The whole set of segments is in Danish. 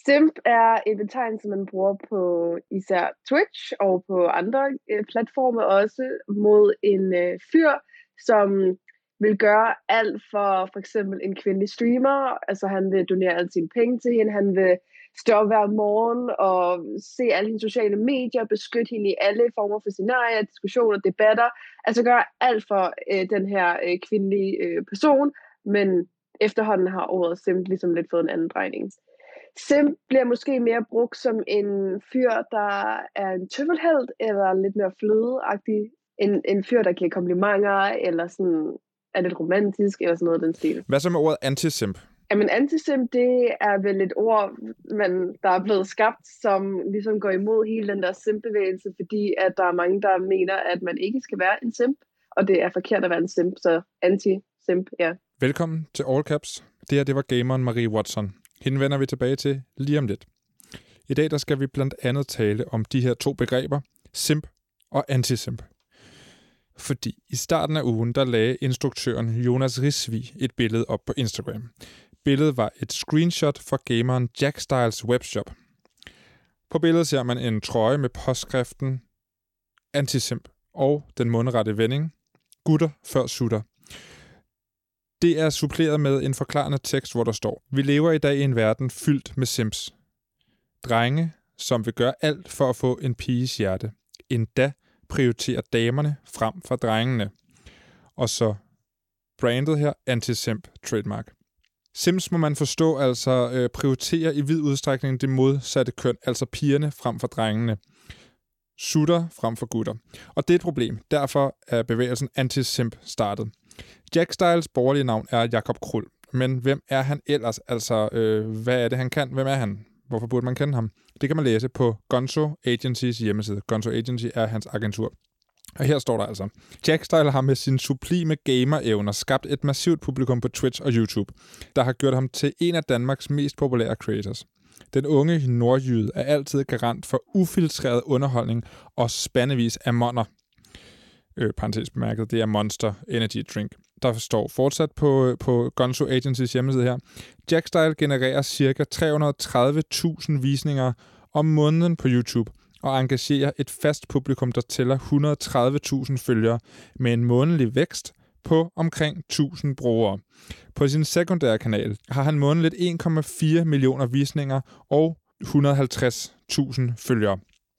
Simp er en betegnelse, man bruger på især Twitch og på andre platforme også, mod en fyr, som vil gøre alt for eksempel en kvindelig streamer. Altså han vil donere alle sine penge til hende, han vil stå op hver morgen og se alle hendes sociale medier, beskytte hende i alle former for scenarier, diskussioner, debatter. Altså gøre alt for den her kvindelige person, men efterhånden har ordet simp ligesom lidt fået en anden drejning. Simp bliver måske mere brugt som en fyr, der er en tøffelhelt, eller lidt mere flødeagtig. En fyr, der giver komplimenter, eller sådan er lidt romantisk, eller sådan noget af den stil. Hvad så med ordet antisimp? Jamen antisimp, det er vel et ord, der er blevet skabt, som ligesom går imod hele den der simp-bevægelse, fordi at der er mange, der mener, at man ikke skal være en simp, og det er forkert at være en simp, så anti-simp, ja. Velkommen til All Caps. Det her, det var gameren Marie Watson. Hende vender vi tilbage til lige om lidt. I dag der skal vi blandt andet tale om de her to begreber, simp og antisimp. Fordi i starten af ugen, der lagde instruktøren Jonas Risvig et billede op på Instagram. Billedet var et screenshot fra gameren Jack Styles webshop. På billedet ser man en trøje med påskriften antisimp og den mundrette vending, gutter før sutter. Det er suppleret med en forklarende tekst, hvor der står: Vi lever i dag i en verden fyldt med simps. Drenge, som vil gøre alt for at få en piges hjerte. Endda prioriterer damerne frem for drengene. Og så brandet her, antisimp trademark. Simps må man forstå altså prioriterer i vid udstrækning det modsatte køn, altså pigerne frem for drengene. Sutter frem for gutter. Og det er et problem. Derfor er bevægelsen antisimp startet. Jack Styles borgerlige navn er Jakob Krul. Men hvem er han ellers? Altså, hvad er det, han kan? Hvem er han? Hvorfor burde man kende ham? Det kan man læse på Gonzo Agencys hjemmeside. Gonzo Agency er hans agentur. Og her står der altså: Jack Style har med sine sublime gamer-evner skabt et massivt publikum på Twitch og YouTube, der har gjort ham til en af Danmarks mest populære creators. Den unge nordjyde er altid garant for ufiltreret underholdning og spandevis af monner. Parentes bemærket, det er Monster Energy Drink. Der står fortsat på Gonzo Agencys hjemmeside her: Jack Style genererer ca. 330.000 visninger om måneden på YouTube og engagerer et fast publikum, der tæller 130.000 følgere med en månedlig vækst på omkring 1000 brugere. På sin sekundære kanal har han månedligt 1,4 millioner visninger og 150.000 følgere.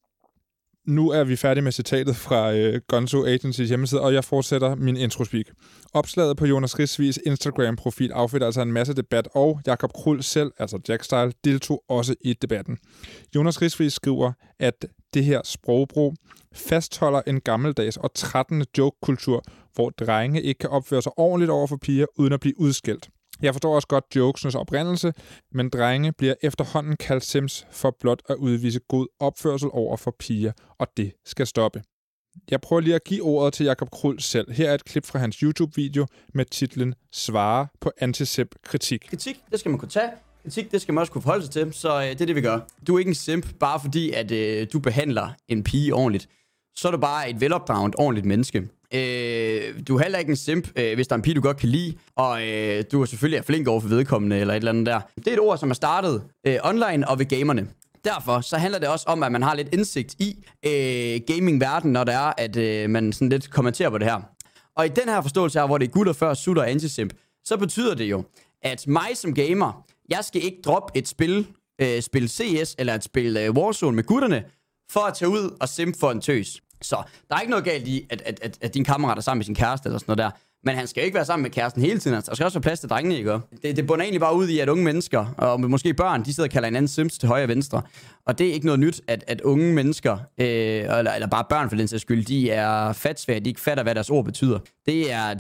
Nu er vi færdige med citatet fra Gonzo Agencys hjemmeside, og jeg fortsætter min introspeak. Opslaget på Jonas Risvigs Instagram-profil affødte altså en masse debat, og Jakob Krul selv, altså Jack Style, deltog også i debatten. Jonas Risvig skriver, at det her sprogbrug fastholder en gammeldags og trættende joke-kultur, hvor drenge ikke kan opføre sig ordentligt over for piger, uden at blive udskældt. Jeg forstår også godt jokesens oprindelse, men drenge bliver efterhånden kaldt simps for blot at udvise god opførsel over for piger, og det skal stoppe. Jeg prøver lige at give ordet til Jakob Krul selv. Her er et klip fra hans YouTube-video med titlen Svare på antisimp-kritik. Kritik, det skal man kunne tage. Kritik, det skal man også kunne forholde sig til, så det er det, vi gør. Du er ikke en simp, bare fordi at du behandler en pige ordentligt. Så er du bare et velopdraget, ordentligt menneske. Du er heller ikke en simp, hvis der er en pige, du godt kan lide, og du er selvfølgelig flink over for vedkommende, eller et eller andet der. Det er et ord, som er startet online og ved gamerne. Derfor så handler det også om, at man har lidt indsigt i gaming-verdenen, når det er, at man sådan lidt kommenterer på det her. Og i den her forståelse her, hvor det er gutter før, sutter og antisimp, så betyder det jo, at mig som gamer, jeg skal ikke droppe et spil CS eller et spil Warzone med gutterne, for at tage ud og simp for en tøs. Så der er ikke noget galt i, at din kammerat er sammen med sin kæreste eller sådan noget der. Men han skal ikke være sammen med kæresten hele tiden. Der skal også være plads til drengene, ikke? Det bunder egentlig bare ud i, at unge mennesker, og måske børn, de sidder og kalder hinanden simps til højre og venstre. Og det er ikke noget nyt, at unge mennesker, eller bare børn for den sags skyld, de er fatsvære, de ikke fatter, hvad deres ord betyder. Det er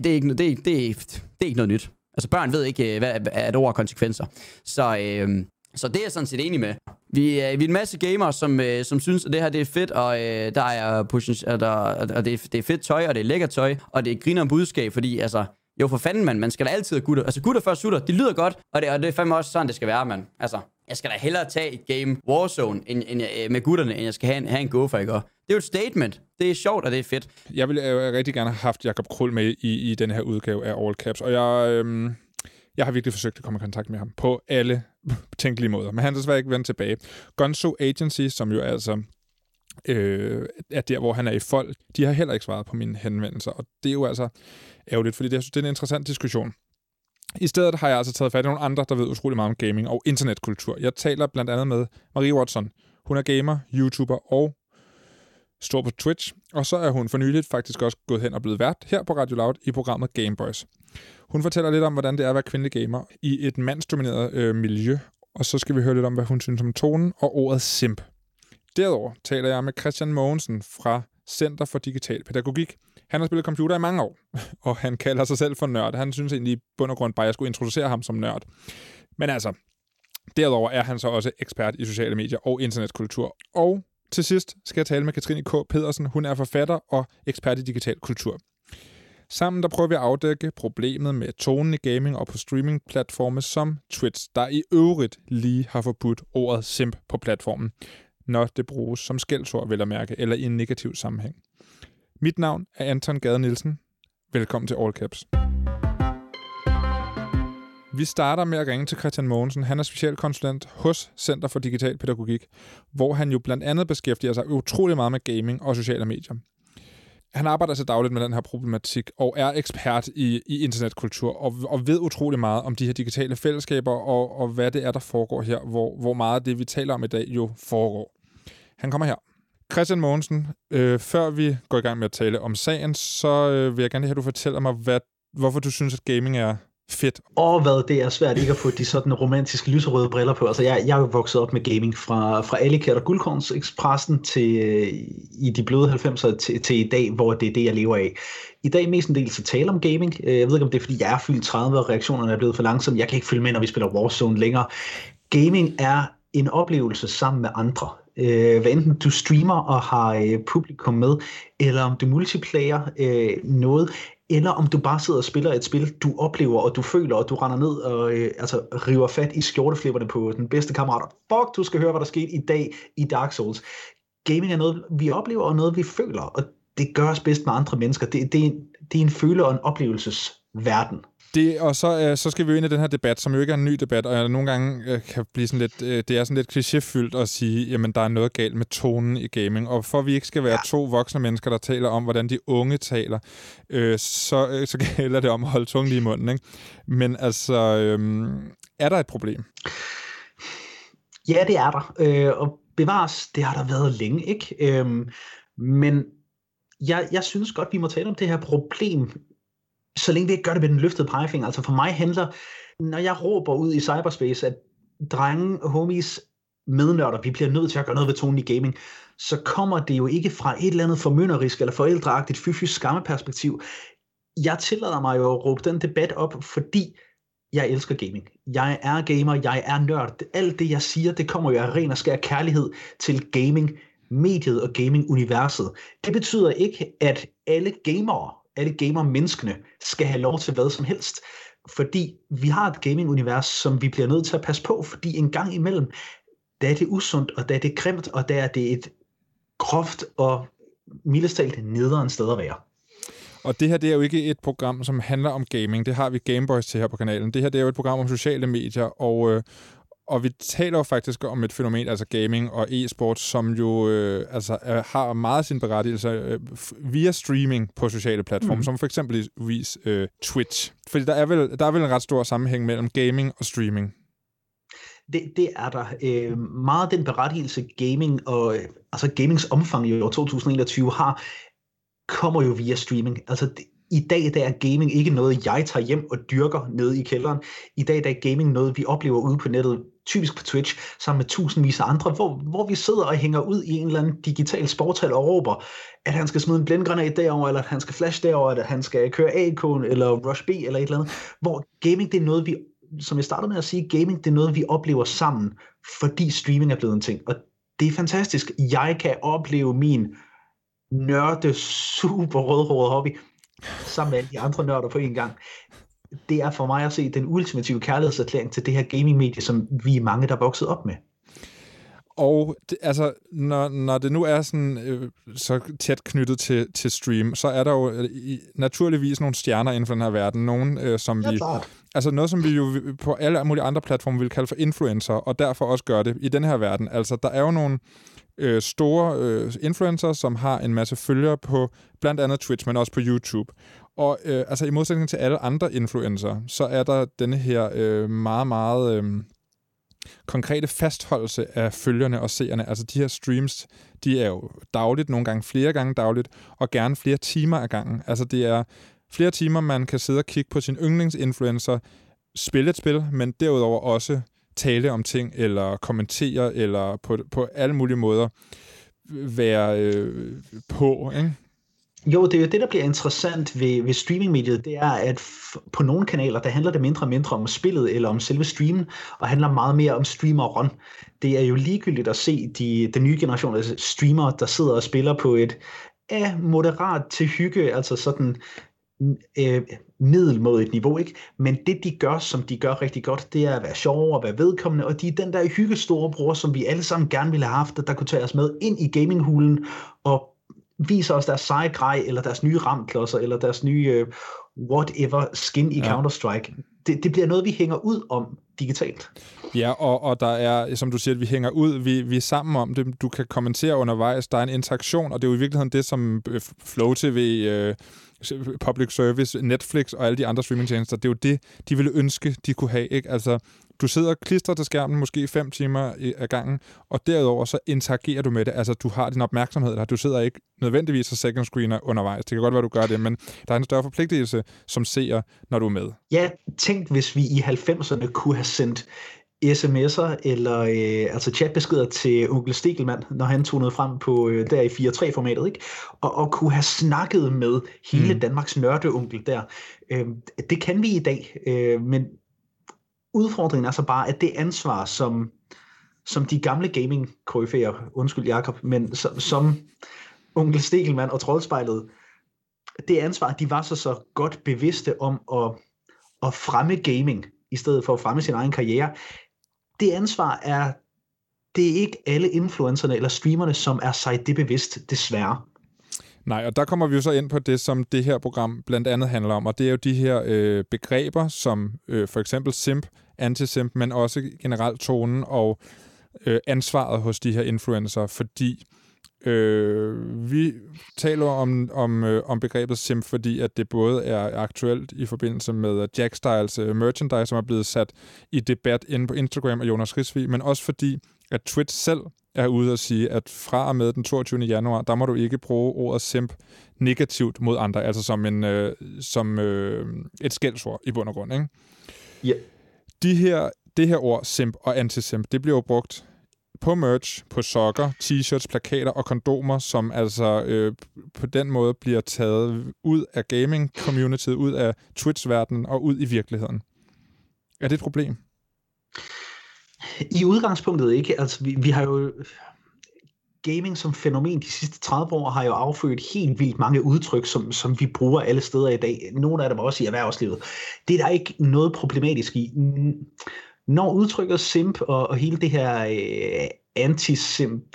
ikke noget nyt. Altså børn ved ikke, hvad et ord har konsekvenser. Så det er jeg sådan set enig med. Vi er en masse gamere, som synes, at det her det er fedt, og der er og det er fedt tøj, og det er lækkert tøj, og det er griner budskab, fordi altså, jo for fanden man skal da altid have gutter. Altså gutter før sutter, de lyder godt, og det er fandme også sådan, det skal være, mand. Altså, jeg skal da hellere tage et game Warzone med gutterne, end jeg skal have en gopher, ikke? Det er jo et statement. Det er sjovt, og det er fedt. Jeg ville rigtig gerne have haft Jakob Krul med i den her udgave af All Caps, og Jeg har virkelig forsøgt at komme i kontakt med ham på alle tænkelige måder, men han er desværre ikke vendt tilbage. Gonzo Agency, som jo altså er der, hvor han er i folk, de har heller ikke svaret på mine henvendelser, og det er jo altså ærgerligt, fordi det er en interessant diskussion. I stedet har jeg altså taget fat i nogle andre, der ved utrolig meget om gaming og internetkultur. Jeg taler blandt andet med Marie Watson. Hun er gamer, YouTuber og står på Twitch, og så er hun for nyligt faktisk også gået hen og blevet vært her på Radio Loud i programmet Gameboys. Hun fortæller lidt om, hvordan det er at være kvindelig gamer i et mandsdomineret miljø, og så skal vi høre lidt om, hvad hun synes om tonen og ordet simp. Derudover taler jeg med Christian Mogensen fra Center for Digital Pædagogik. Han har spillet computer i mange år, og han kalder sig selv for nørd. Han synes egentlig i bund og grund bare, at jeg skulle introducere ham som nørd. Men altså, derudover er han så også ekspert i sociale medier og internetkultur. Og til sidst skal jeg tale med Katrine K. Pedersen. Hun er forfatter og ekspert i digital kultur. Sammen der prøver vi at afdække problemet med tonen i gaming og på streamingplatforme som Twitch, der i øvrigt lige har forbudt ordet simp på platformen, når det bruges som skældsord, vel at mærke, eller i en negativ sammenhæng. Mit navn er Anton Gade Nielsen. Velkommen til All Caps. Vi starter med at ringe til Christian Mogensen. Han er specialkonsulent hos Center for Digital Pædagogik, hvor han jo blandt andet beskæftiger sig utrolig meget med gaming og sociale medier. Han arbejder så dagligt med den her problematik og er ekspert i internetkultur og ved utrolig meget om de her digitale fællesskaber og hvad det er, der foregår her, hvor meget af det, vi taler om i dag, jo foregår. Han kommer her. Christian Mogensen, før vi går i gang med at tale om sagen, så vil jeg gerne have, at du fortæller mig, hvorfor du synes, at gaming er fedt. Hvad det er svært ikke at få de sådan romantiske lyserøde briller på. Altså jeg er jo vokset op med gaming fra Alicat og Guldkorns Expressen til i de bløde 90'er til i dag, hvor det er det, jeg lever af. I dag mestendels at tale om gaming. Jeg ved ikke, om det er, fordi jeg er fyldt 30, og reaktionerne er blevet for langsomme. Jeg kan ikke følge med, når vi spiller Warzone længere. Gaming er en oplevelse sammen med andre. Hvad enten du streamer og har publikum med, eller om du multiplayer noget, eller om du bare sidder og spiller et spil, du oplever, og du føler, og du render ned og river fat i skjorteflipperne på den bedste kammerat. Fuck, du skal høre, hvad der skete i dag i Dark Souls. Gaming er noget, vi oplever, og noget, vi føler, og det gør os bedst med andre mennesker. Det er en føle- og en oplevelsesverden. Og så skal vi jo ind i den her debat, som jo ikke er en ny debat, og nogle gange kan blive sådan lidt, det er sådan lidt klichéfyldt at sige, jamen der er noget galt med tonen i gaming, og for at vi ikke skal være to voksne mennesker, der taler om, hvordan de unge taler, så gælder det om at holde tungen i munden, ikke? Men altså, er der et problem? Ja, det er der, og bevares, det har der været længe, ikke? Men jeg synes godt, vi må tale om det her problem, så længe vi ikke gør det med den løftede pegefinger. Altså for mig handler, når jeg råber ud i cyberspace, at drenge, homies, mednørder, vi bliver nødt til at gøre noget ved tonen i gaming, så kommer det jo ikke fra et eller andet formynderisk eller forældreagtigt fysisk skammeperspektiv. Jeg tillader mig jo at råbe den debat op, fordi jeg elsker gaming. Jeg er gamer, jeg er nørd. Alt det, jeg siger, det kommer jo af ren og skær kærlighed til gaming, mediet og gaming-universet. Det betyder ikke, at alle gamer-menneskene skal have lov til hvad som helst, fordi vi har et gaming-univers, som vi bliver nødt til at passe på, fordi en gang imellem, der er det usundt, og der er det grimt, og der er det et groft og mildest talt nederen sted at være. Og det her, det er jo ikke et program, som handler om gaming. Det har vi Gameboys til her på kanalen. Det her, det er jo et program om sociale medier, og vi taler jo faktisk om et fænomen, altså gaming og e-sport, som jo har meget sin berettigelse via streaming på sociale platforme, som for eksempelvis Twitch. Fordi der er vel en ret stor sammenhæng mellem gaming og streaming. Det er der. Meget den berettigelse gaming og altså gamings omfang i år 2021 har, kommer jo via streaming. Altså i dag der er gaming ikke noget, jeg tager hjem og dyrker nede i kælderen. I dag der er gaming noget, vi oplever ude på nettet, typisk på Twitch, sammen med tusindvis af andre, hvor vi sidder og hænger ud i en eller anden digital sporthal og råber, at han skal smide en blindgranat derover, eller at han skal flash derover, eller at han skal køre A-kone, eller Rush B, eller et eller andet. Hvor gaming, det er noget, vi, som jeg startede med at sige, gaming, det er noget, vi oplever sammen, fordi streaming er blevet en ting. Og det er fantastisk. Jeg kan opleve min nørde, super rødhårede hobby, sammen med alle de andre nørder på en gang. Det er for mig at se den ultimative kærlighedserklæring til det her gaming-medie, som vi er mange, der er vokset op med. Og altså, når det nu er sådan så tæt knyttet til stream, så er der jo naturligvis nogle stjerner inden for den her verden. Nogle, som vi altså noget, som vi jo på alle mulige andre platforme vil kalde for influencer, og derfor også gør det i den her verden. Altså, der er jo nogle store influencer, som har en masse følgere på blandt andet Twitch, men også på YouTube. Og altså i modsætning til alle andre influencer, så er der denne her meget, meget konkrete fastholdelse af følgerne og seerne. Altså de her streams, de er jo dagligt, nogle gange flere gange dagligt, og gerne flere timer ad gangen. Altså det er flere timer, man kan sidde og kigge på sin yndlingsinfluencer, spille et spil, men derudover også tale om ting, eller kommentere, eller på alle mulige måder være på, ikke? Jo, det er jo det, der bliver interessant ved streamingmediet, det er, at på nogle kanaler, der handler det mindre og mindre om spillet eller om selve streamen, og handler meget mere om streameren. Det er jo ligegyldigt at se den nye generation af streamere, der sidder og spiller på et moderat til hygge, altså sådan middelmådigt niveau, ikke? Men det de gør, som de gør rigtig godt, det er at være sjove og være vedkommende, og de er den der hyggestorebror, som vi alle sammen gerne ville have haft, der kunne tage os med ind i gaminghulen og viser os deres seje grej, eller deres nye ramklodser, eller deres nye whatever skin i Counter-Strike. Det bliver noget, vi hænger ud om digitalt. Ja, og der er, som du siger, at vi hænger ud, vi er sammen om det. Du kan kommentere undervejs, der er en interaktion, og det er jo i virkeligheden det, som Flow TV, Public Service, Netflix og alle de andre streamingtjenester, det er jo det, de ville ønske, de kunne have, ikke? Altså, du sidder og klistrer til skærmen måske 5 timer ad gangen, og derudover så interagerer du med det. Altså, du har din opmærksomhed der. Du sidder ikke nødvendigvis og second screener undervejs. Det kan godt være, du gør det, men der er en større forpligtelse som seer, når du er med. Ja, tænk, hvis vi i 90'erne kunne have sendt sms'er eller altså chatbeskeder til onkel Stegelmann, når han tonede frem på der i 4.3-formatet, ikke? Og kunne have snakket med hele Danmarks nørdeonkel der. Det kan vi i dag, men udfordringen er så bare, at det ansvar, som de gamle gaming-koryfæer, undskyld Jakob, men som onkel Stegelmann og Troldspejlet, det ansvar, de var så godt bevidste om at fremme gaming, i stedet for at fremme sin egen karriere. Det ansvar det er ikke alle influencerne eller streamerne, som er sig det bevidst, desværre. Nej, og der kommer vi jo så ind på det, som det her program blandt andet handler om, og det er jo de her begreber, som for eksempel simp, anti-simp, men også generelt tonen og ansvaret hos de her influencer, fordi vi taler om begrebet simp, fordi at det både er aktuelt i forbindelse med Jack Styles merchandise, som er blevet sat i debat inde på Instagram af Jonas Risvig, men også fordi, at Twitch selv er ude at sige, at fra og med den 22. januar, der må du ikke bruge ordet simp negativt mod andre, altså som et skældsord i bund og grund, ikke? Yeah. Det her ord simp og anti-simp, det bliver jo brugt på merch, på sokker, t-shirts, plakater og kondomer, som altså på den måde bliver taget ud af gaming-communityet, ud af Twitch-verdenen og ud i virkeligheden. Er det et problem? I udgangspunktet ikke. Altså, vi har jo gaming som fænomen de sidste 30 år har jo affødt helt vildt mange udtryk, som vi bruger alle steder i dag. Nogle af dem også i erhvervslivet. Det er der ikke noget problematisk i. Når udtrykket simp og hele det her anti-simp,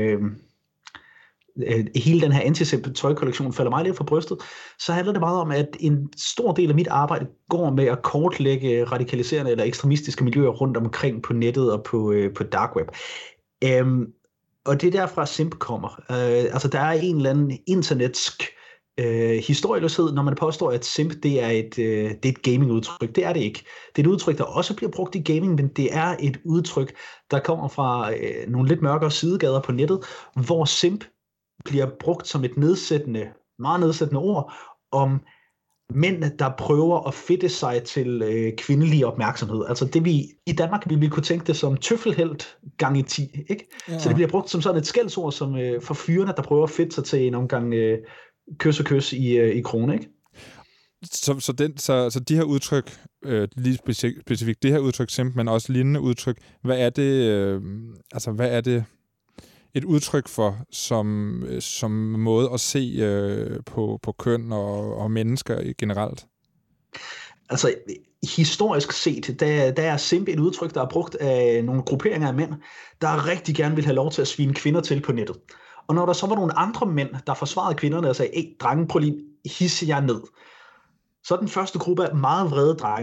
hele den her anti-simp tøjkollektion falder mig lidt for brystet, så handler det meget om, at en stor del af mit arbejde går med at kortlægge radikaliserende eller ekstremistiske miljøer rundt omkring på nettet og på dark web. Og det er derfra simp kommer. Altså der er en eller anden internetsk historieløshed, når man påstår, at simp det er et gaming-udtryk. Det er det ikke. Det er et udtryk, der også bliver brugt i gaming, men det er et udtryk, der kommer fra nogle lidt mørkere sidegader på nettet, hvor simp bliver brugt som et meget nedsættende ord om mænd, der prøver at fedte sig til kvindelig opmærksomhed. Altså det vi i Danmark vi kunne tænke det som tøffelhelt gange 10, ikke? Ja. Så det bliver brugt som sådan et skældsord, som for fyrene, der prøver at fedte sig til en omgang kys i krone, ikke? Så de her udtryk, lige specifikt det her udtryk simp, men også lignende udtryk, hvad er det et udtryk for som måde at se på køn og mennesker generelt? Altså historisk set, der er simp et udtryk, der er brugt af nogle grupperinger af mænd, der rigtig gerne vil have lov til at svine kvinder til på nettet. Og når der så var nogle andre mænd, der forsvarede kvinderne og sagde, drenge, prøv lige hisse jer ned. Så den første gruppe af meget vrede drenge,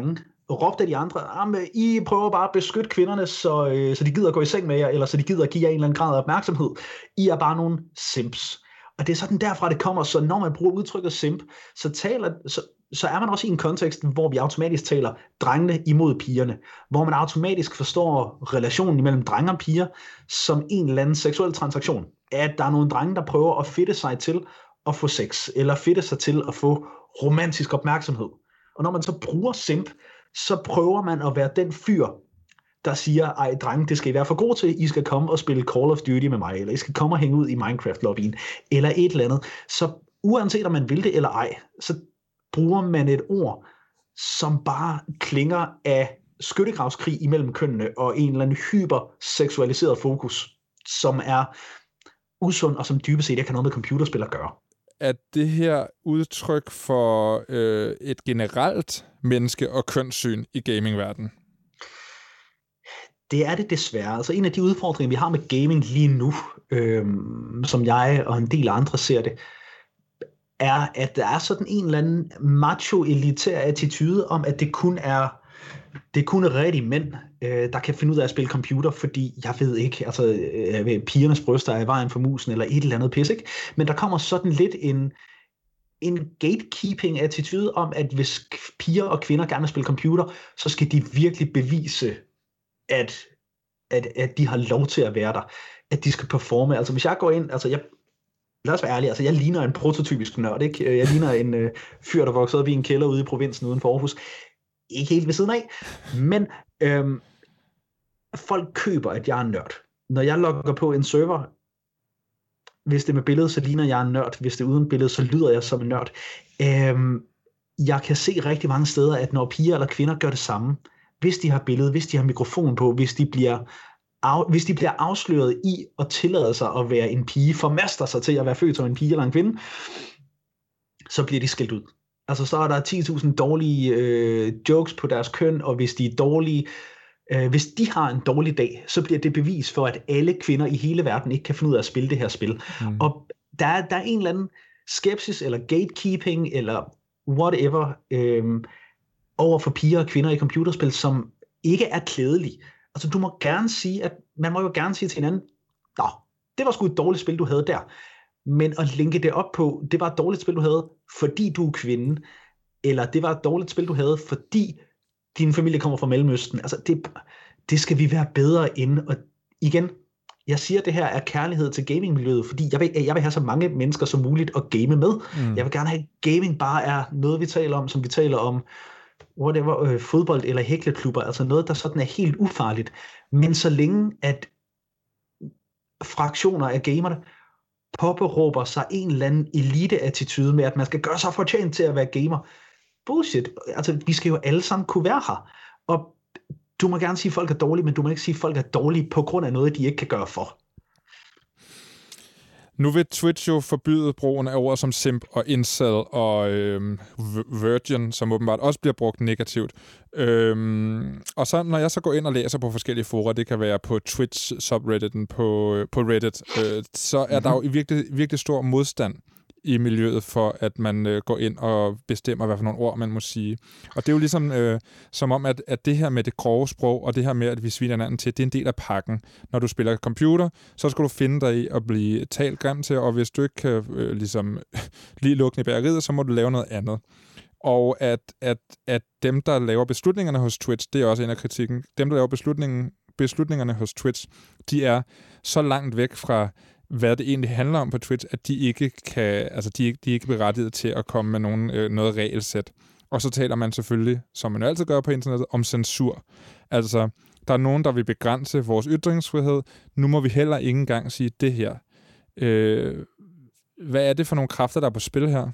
råbt af de andre, I prøver bare at beskytte kvinderne, så de gider at gå i seng med jer, eller så de gider at give jer en eller anden grad af opmærksomhed. I er bare nogle simps. Og det er sådan derfra, det kommer. Så når man bruger udtrykket simp, så er man også i en kontekst, hvor vi automatisk taler drengene imod pigerne. Hvor man automatisk forstår relationen imellem drenge og piger som en eller anden seksuel transaktion. At der er nogle drenge, der prøver at fedte sig til at få sex, eller fedte sig til at få romantisk opmærksomhed. Og når man så bruger simp, så prøver man at være den fyr, der siger, ej drenge, det skal I være for gode til, I skal komme og spille Call of Duty med mig, eller I skal komme og hænge ud i Minecraft-lobbyen, eller et eller andet. Så uanset om man vil det eller ej, så bruger man et ord, som bare klinger af skyttegravskrig imellem kønnene, og en eller anden hyperseksualiseret fokus, som er usund, og som dybest set ikke har noget med computerspil at gøre. Er det her udtryk for et generelt menneske- og kønssyn i gamingverdenen? Det er det desværre. Altså en af de udfordringer, vi har med gaming lige nu, som jeg og en del andre ser det, er, at der er sådan en eller anden macho-elitær attitude om, at det kun er rigtige mænd, der kan finde ud af at spille computer, fordi jeg ved ikke, altså pigernes bryster er i vejen for musen, eller et eller andet pis, ikke? Men der kommer sådan lidt en gatekeeping-attitude om, at hvis piger og kvinder gerne vil spille computer, så skal de virkelig bevise, at de har lov til at være der, at de skal performe. Altså hvis jeg går ind, altså lad os være ærlig, altså jeg ligner en prototypisk nørd, ikke? Jeg ligner en fyr, der voksede op i en kælder ude i provinsen uden for Aarhus. Ikke helt ved siden af, men folk køber, at jeg er en nørd. Når jeg logger på en server, hvis det er med billede, så ligner jeg en nørd. Hvis det er uden billede, så lyder jeg som en nørd. Jeg kan se rigtig mange steder, at når piger eller kvinder gør det samme, hvis de har billede, hvis de har mikrofon på, hvis de bliver afsløret i at tillade sig at være en pige, formaster sig til at være født som en pige eller en kvinde, så bliver de skældt ud. Altså så er der 10.000 dårlige jokes på deres køn, og hvis de er dårlige, hvis de har en dårlig dag, så bliver det bevis for, at alle kvinder i hele verden ikke kan finde ud af at spille det her spil. Og der er en eller anden skepsis, eller gatekeeping, eller whatever, over for piger og kvinder i computerspil, som ikke er klædelig. Altså du må gerne sige, at man må jo gerne sige til hinanden, nå, det var sgu et dårligt spil, du havde der. Men at linke det op på, det var et dårligt spil, du havde, fordi du er kvinde, eller det var et dårligt spil, du havde, fordi din familie kommer fra Mellemøsten. Altså det skal vi være bedre end. Og igen, jeg siger, at det her er kærlighed til gamingmiljøet, fordi jeg vil have så mange mennesker som muligt at game med. Jeg vil gerne have, at gaming bare er noget, vi taler om, som vi taler om whatever, fodbold eller hækleklubber, altså noget, der sådan er helt ufarligt. Men så længe, at fraktioner af gamerne påberåber sig en eller anden elite-attitude med, at man skal gøre sig fortjent til at være gamer. Bullshit. Altså, vi skal jo alle sammen kunne være her. Og du må gerne sige, at folk er dårlige, men du må ikke sige, at folk er dårlige på grund af noget, de ikke kan gøre for. Nu vil Twitch jo forbyde brugen af ord som simp og incel og virgin, som åbenbart også bliver brugt negativt. Og så når jeg så går ind og læser på forskellige fora, det kan være på Twitch subredditen, på Reddit, så er der jo virkelig stor modstand i miljøet for, at man går ind og bestemmer, hvad for nogle ord man må sige. Og det er jo ligesom som om, at det her med det grove sprog, og det her med, at vi sviner hinanden til, det er en del af pakken. Når du spiller computer, så skal du finde dig i at blive talt grimt til, og hvis du ikke kan lige lukke i bageriet, så må du lave noget andet. Og at dem, der laver beslutningerne hos Twitch, det er også en af kritikken, dem, der laver beslutningerne hos Twitch, de er så langt væk fra hvad det egentlig handler om på Twitch, at de ikke kan, altså de er ikke berettiget til at komme med noget regelsæt. Og så taler man selvfølgelig, som man jo altid gør på internettet, om censur. Altså, der er nogen, der vil begrænse vores ytringsfrihed. Nu må vi heller ikke engang sige det her. Hvad er det for nogle kræfter, der er på spil her?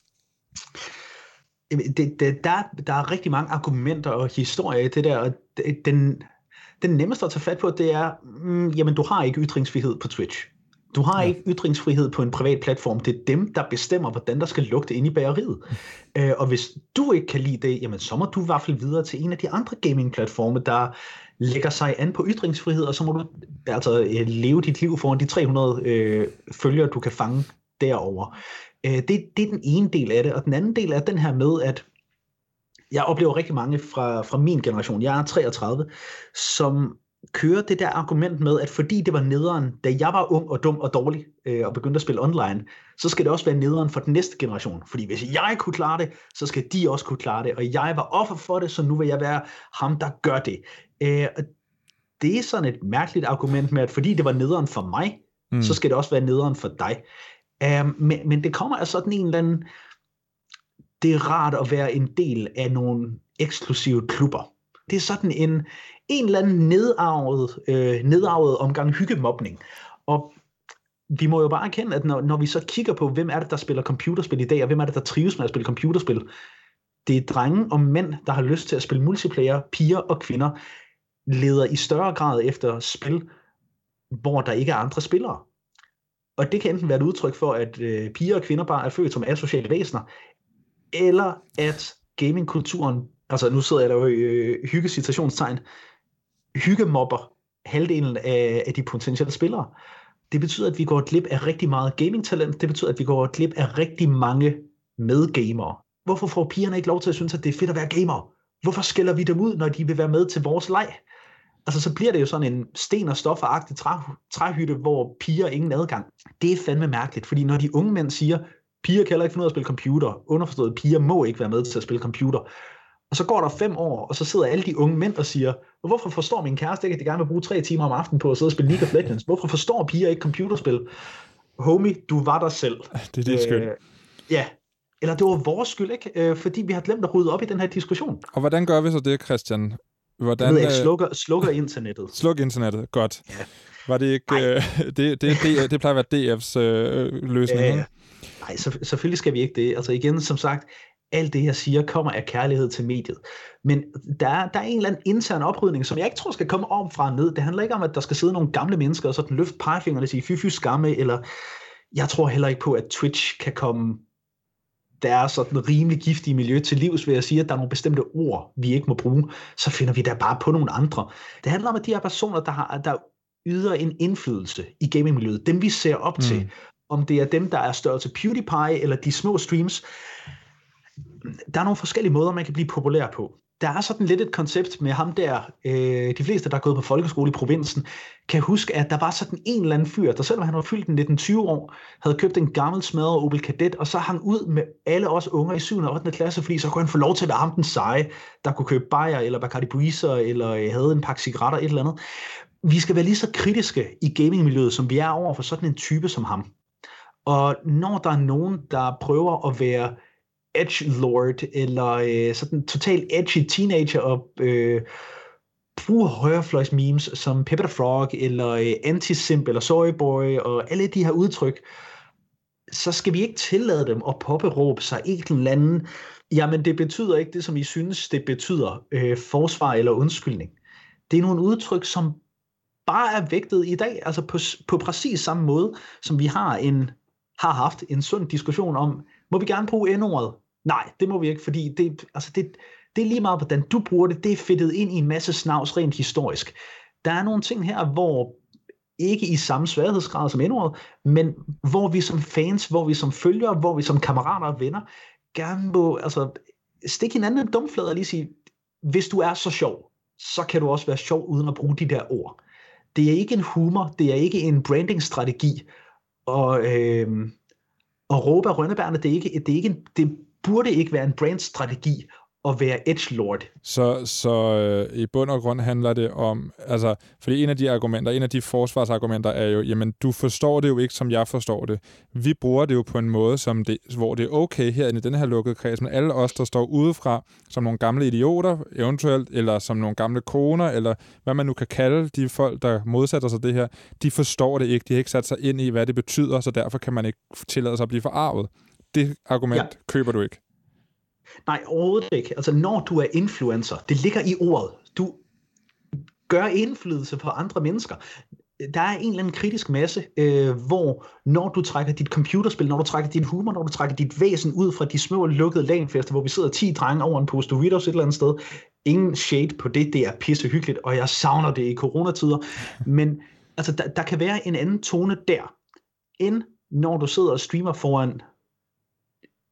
Der er rigtig mange argumenter og historier i det der, og den nemmeste at tage fat på, det er, jamen du har ikke ytringsfrihed på Twitch. Du har ikke ytringsfrihed på en privat platform. Det er dem, der bestemmer, hvordan der skal lugte inde i bageriet. Og hvis du ikke kan lide det, jamen så må du i hvert fald videre til en af de andre gaming-platforme, der lægger sig an på ytringsfrihed, og så må du altså leve dit liv foran de 300 følgere, du kan fange derover. Det er den ene del af det, og den anden del er den her med, at jeg oplever rigtig mange fra min generation, jeg er 33, som kører det der argument med, at fordi det var nederen, da jeg var ung og dum og dårlig og begyndte at spille online, så skal det også være nederen for den næste generation. Fordi hvis jeg kunne klare det, så skal de også kunne klare det. Og jeg var offer for det, så nu vil jeg være ham, der gør det. Det er sådan et mærkeligt argument med, at fordi det var nederen for mig, så skal det også være nederen for dig. Men det kommer af sådan en eller anden, det er rart at være en del af nogle eksklusive klubber. Det er sådan en eller anden nedarvet omgang hyggemobning. Og vi må jo bare erkende, at når vi så kigger på, hvem er det, der spiller computerspil i dag, og hvem er det, der trives med at spille computerspil, det er drenge og mænd, der har lyst til at spille multiplayer. Piger og kvinder leder i større grad efter spil, hvor der ikke er andre spillere. Og det kan enten være et udtryk for, at piger og kvinder bare er født som asociale væsener, eller at gamingkulturen, altså nu sidder jeg der jo i hyggesitationstegn, hyggemobber halvdelen af de potentielle spillere. Det betyder, at vi går glip af rigtig meget gaming-talent. Det betyder, at vi går glip af rigtig mange medgamere. Hvorfor får pigerne ikke lov til at synes, at det er fedt at være gamer? Hvorfor skælder vi dem ud, når de vil være med til vores leg? Altså, så bliver det jo sådan en sten- og stofferagtig træhytte, hvor piger ingen adgang. Det er fandme mærkeligt, fordi når de unge mænd siger, piger kan heller ikke finde ud af at spille computer, underforstået, piger må ikke være med til at spille computer. Og så går der 5 år, og så sidder alle de unge mænd og siger, hvorfor forstår min kæreste ikke, at de gerne vil bruge 3 timer om aftenen på at sidde og spille League of Legends? Hvorfor forstår piger ikke computerspil? Homie, du var der selv. Det er dit skyld. Ja, eller det var vores skyld, ikke? Fordi vi har glemt at rydde op i den her diskussion. Og hvordan gør vi så det, Christian? Hvordan, jeg slukker internettet. Sluk internettet, godt. Ja. Var det ikke... det plejer at være DF's løsning, ikke? Nej, selvfølgelig skal vi ikke det. Altså igen, som sagt, alt det, jeg siger, kommer af kærlighed til mediet. Men der er en eller anden intern oprydning, som jeg ikke tror skal komme om fra ned. Det handler ikke om, at der skal sidde nogle gamle mennesker og sådan løfte pegefingeren og sige, fy skamme, eller jeg tror heller ikke på, at Twitch kan komme der er sådan rimelig giftige miljø til livs ved at sige, at der er nogle bestemte ord, vi ikke må bruge, så finder vi da bare på nogle andre. Det handler om, at de her personer, der yder en indflydelse i gamingmiljøet, dem vi ser op til, om det er dem, der er størrelse PewDiePie, eller de små streams, der er nogle forskellige måder, man kan blive populær på. Der er sådan lidt et koncept med ham der, de fleste, der er gået på folkeskole i provinsen, kan huske, at der var sådan en eller anden fyr, der selvom han var fyldt 19-20 år, havde købt en gammel smadret Opel Kadett, og så hang ud med alle os unger i 7. og 8. klasse, fordi så kunne han få lov til at være ham den seje, der kunne købe bajer, eller Bacardi Breezer, eller havde en pakke cigaretter, et eller andet. Vi skal være lige så kritiske i gamingmiljøet, som vi er over for sådan en type som ham. Og når der er nogen, der prøver at være edgelord, eller sådan total edgy teenager, og bruger højrefløjs memes som Pepper the Frog, eller anti-simp, eller sorryboy, og alle de her udtryk, så skal vi ikke tillade dem at påberåbe sig en eller anden, jamen det betyder ikke det, som I synes, det betyder, forsvar eller undskyldning. Det er nogle udtryk, som bare er vægtet i dag, altså på præcis samme måde, som vi har haft en sund diskussion om, må vi gerne bruge n-ordet? Nej, det må vi ikke, fordi det er lige meget, hvordan du bruger det. Det er fedtet ind i en masse snavs rent historisk. Der er nogle ting her, hvor ikke i samme sværhedsgrad som n-ordet, men hvor vi som fans, hvor vi som følgere, hvor vi som kammerater og venner, gerne må stikke hinanden en dumflade og lige sige, hvis du er så sjov, så kan du også være sjov uden at bruge de der ord. Det er ikke en humor, det er ikke en brandingstrategi, og råbe af rønnebærne, det burde ikke være en brandstrategi at være edgelord. Så i bund og grund handler det om, altså, fordi en af de forsvarsargumenter er jo, jamen, du forstår det jo ikke, som jeg forstår det. Vi bruger det jo på en måde, hvor det er okay herinde i den her lukkede kreds, men alle os, der står udefra, som nogle gamle idioter, eventuelt, eller som nogle gamle koner, eller hvad man nu kan kalde de folk, der modsætter sig det her, de forstår det ikke. De har ikke sat sig ind i, hvad det betyder, så derfor kan man ikke tillade sig at blive forarvet. Det argument køber du ikke. Nej, overhovedet ikke. Altså, når du er influencer, det ligger i ordet. Du gør indflydelse på andre mennesker. Der er en eller anden kritisk masse, hvor når du trækker dit computerspil, når du trækker din humor, når du trækker dit væsen ud fra de små lukkede LAN-fester, hvor vi sidder 10 drenge over en pose Doritos et eller andet sted. Ingen shade på det, det er pissehyggeligt, og jeg savner det i coronatider. Men altså, der kan være en anden tone der, end når du sidder og streamer foran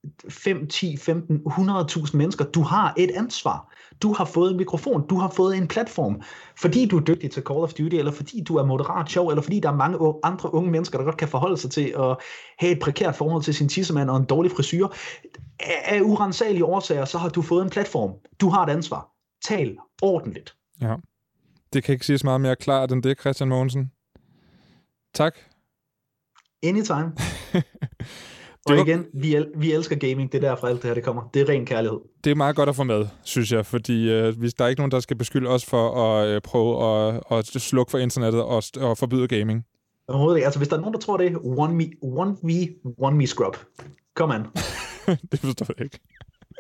5, 10, 15, 100.000 mennesker. Du har et ansvar. Du har fået en mikrofon. Du har fået en platform. Fordi du er dygtig til Call of Duty, eller fordi du er moderat sjov, eller fordi der er mange andre unge mennesker, der godt kan forholde sig til at have et prekært forhold til sin tissemand og en dårlig frisyr. Af urensagelige årsager, så har du fået en platform. Du har et ansvar. Tal ordentligt. Ja. Det kan ikke siges meget mere klart end det, Christian Mogensen. Tak. Anytime. Og igen, vi elsker gaming. Det er derfor alt det her det kommer. Det er ren kærlighed. Det er meget godt at få med, synes jeg, fordi hvis der er ikke nogen, der skal beskylde os for at prøve at slukke for internettet og forbyde gaming. Overhovedet ikke. Altså, hvis der er nogen, der tror det, one me scrub. Kom an. Det forstår jeg ikke.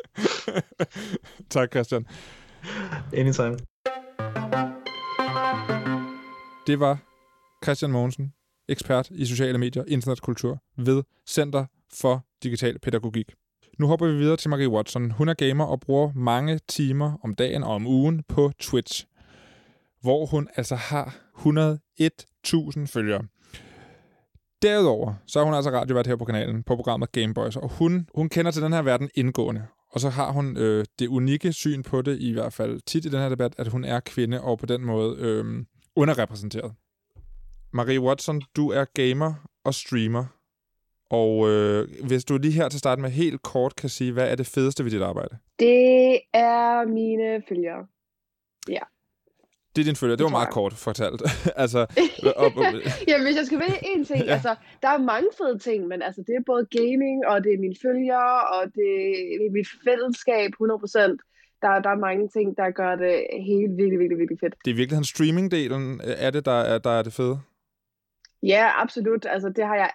Tak, Christian. Anytime. Det var Christian Mogensen, ekspert i sociale medier, internetkultur ved Center for Digital Pædagogik. Nu hopper vi videre til Marie Watson. Hun er gamer og bruger mange timer om dagen og om ugen på Twitch, hvor hun altså har 101.000 følgere. Derudover så er hun altså radiovært her på kanalen på programmet Gameboys, og hun kender til den her verden indgående. Og så har hun det unikke syn på det, i hvert fald tit i den her debat, at hun er kvinde og på den måde underrepræsenteret. Marie Watson, du er gamer og streamer. Og hvis du lige her til start med helt kort kan sige, hvad er det fedeste ved dit arbejde? Det er mine følgere. Ja. Det er dine følgere. Det var meget kort fortalt. Altså, Jamen, hvis jeg skal vælge en ting, ja. altså, der er mange fede ting, men altså, det er både gaming, og det er mine følgere, og det er mit fællesskab 100%. Der er mange ting, der gør det helt virkelig fedt. Det er virkelig streaming-delen af det, der er det fede? Ja, absolut. Altså, det har jeg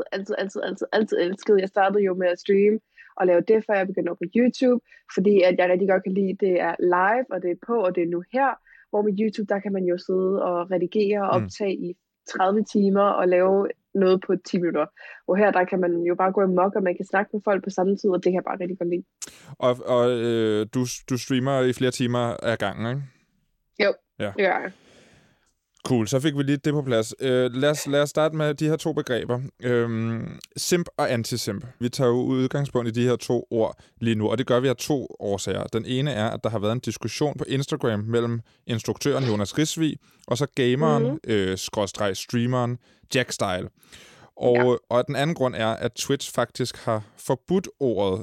altid elsket. Jeg startede jo med at streame og lave det, før jeg begyndte på YouTube, fordi at jeg rigtig godt kan lide, det er live, og det er på, og det er nu her. Hvor med YouTube, der kan man jo sidde og redigere og optage i 30 timer og lave noget på 10 minutter. Hvor her, der kan man jo bare gå amok, og man kan snakke med folk på samme tid, og det kan jeg bare rigtig godt lide. Og du streamer i flere timer ad gangen, ikke? Jo, ja. Det gør jeg. Cool, så fik vi lige det på plads. Lad os starte med de her to begreber. Simp og anti-simp. Vi tager jo udgangspunkt i de her to ord lige nu, og det gør vi af to årsager. Den ene er, at der har været en diskussion på Instagram mellem instruktøren Jonas Risvig og så gameren, streameren Jack Style. Og den anden grund er, at Twitch faktisk har forbudt ordet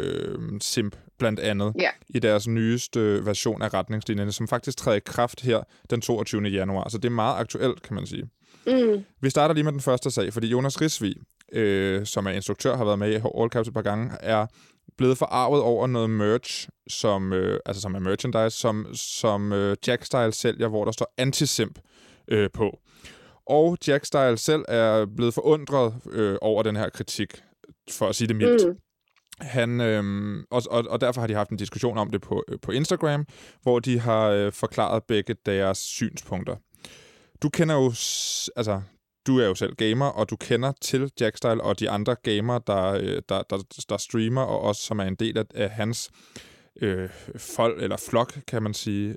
simp, blandt andet, i deres nyeste version af retningslinjerne, som faktisk træder i kraft her den 22. januar. Så det er meget aktuelt, kan man sige. Vi starter lige med den første sag, fordi Jonas Risvig, som er instruktør, har været med i All Caps et par gange, er blevet forarvet over noget merch, som er merchandise, som Jack Style sælger, hvor der står anti-simp på. Og Jack Style selv er blevet forundret over den her kritik, for at sige det mildt. Og derfor har de haft en diskussion om det på Instagram, hvor de har forklaret begge deres synspunkter. Du er jo selv gamer, og du kender til Jack Style og de andre gamere, der streamer, og også som er en del af hans flok, kan man sige.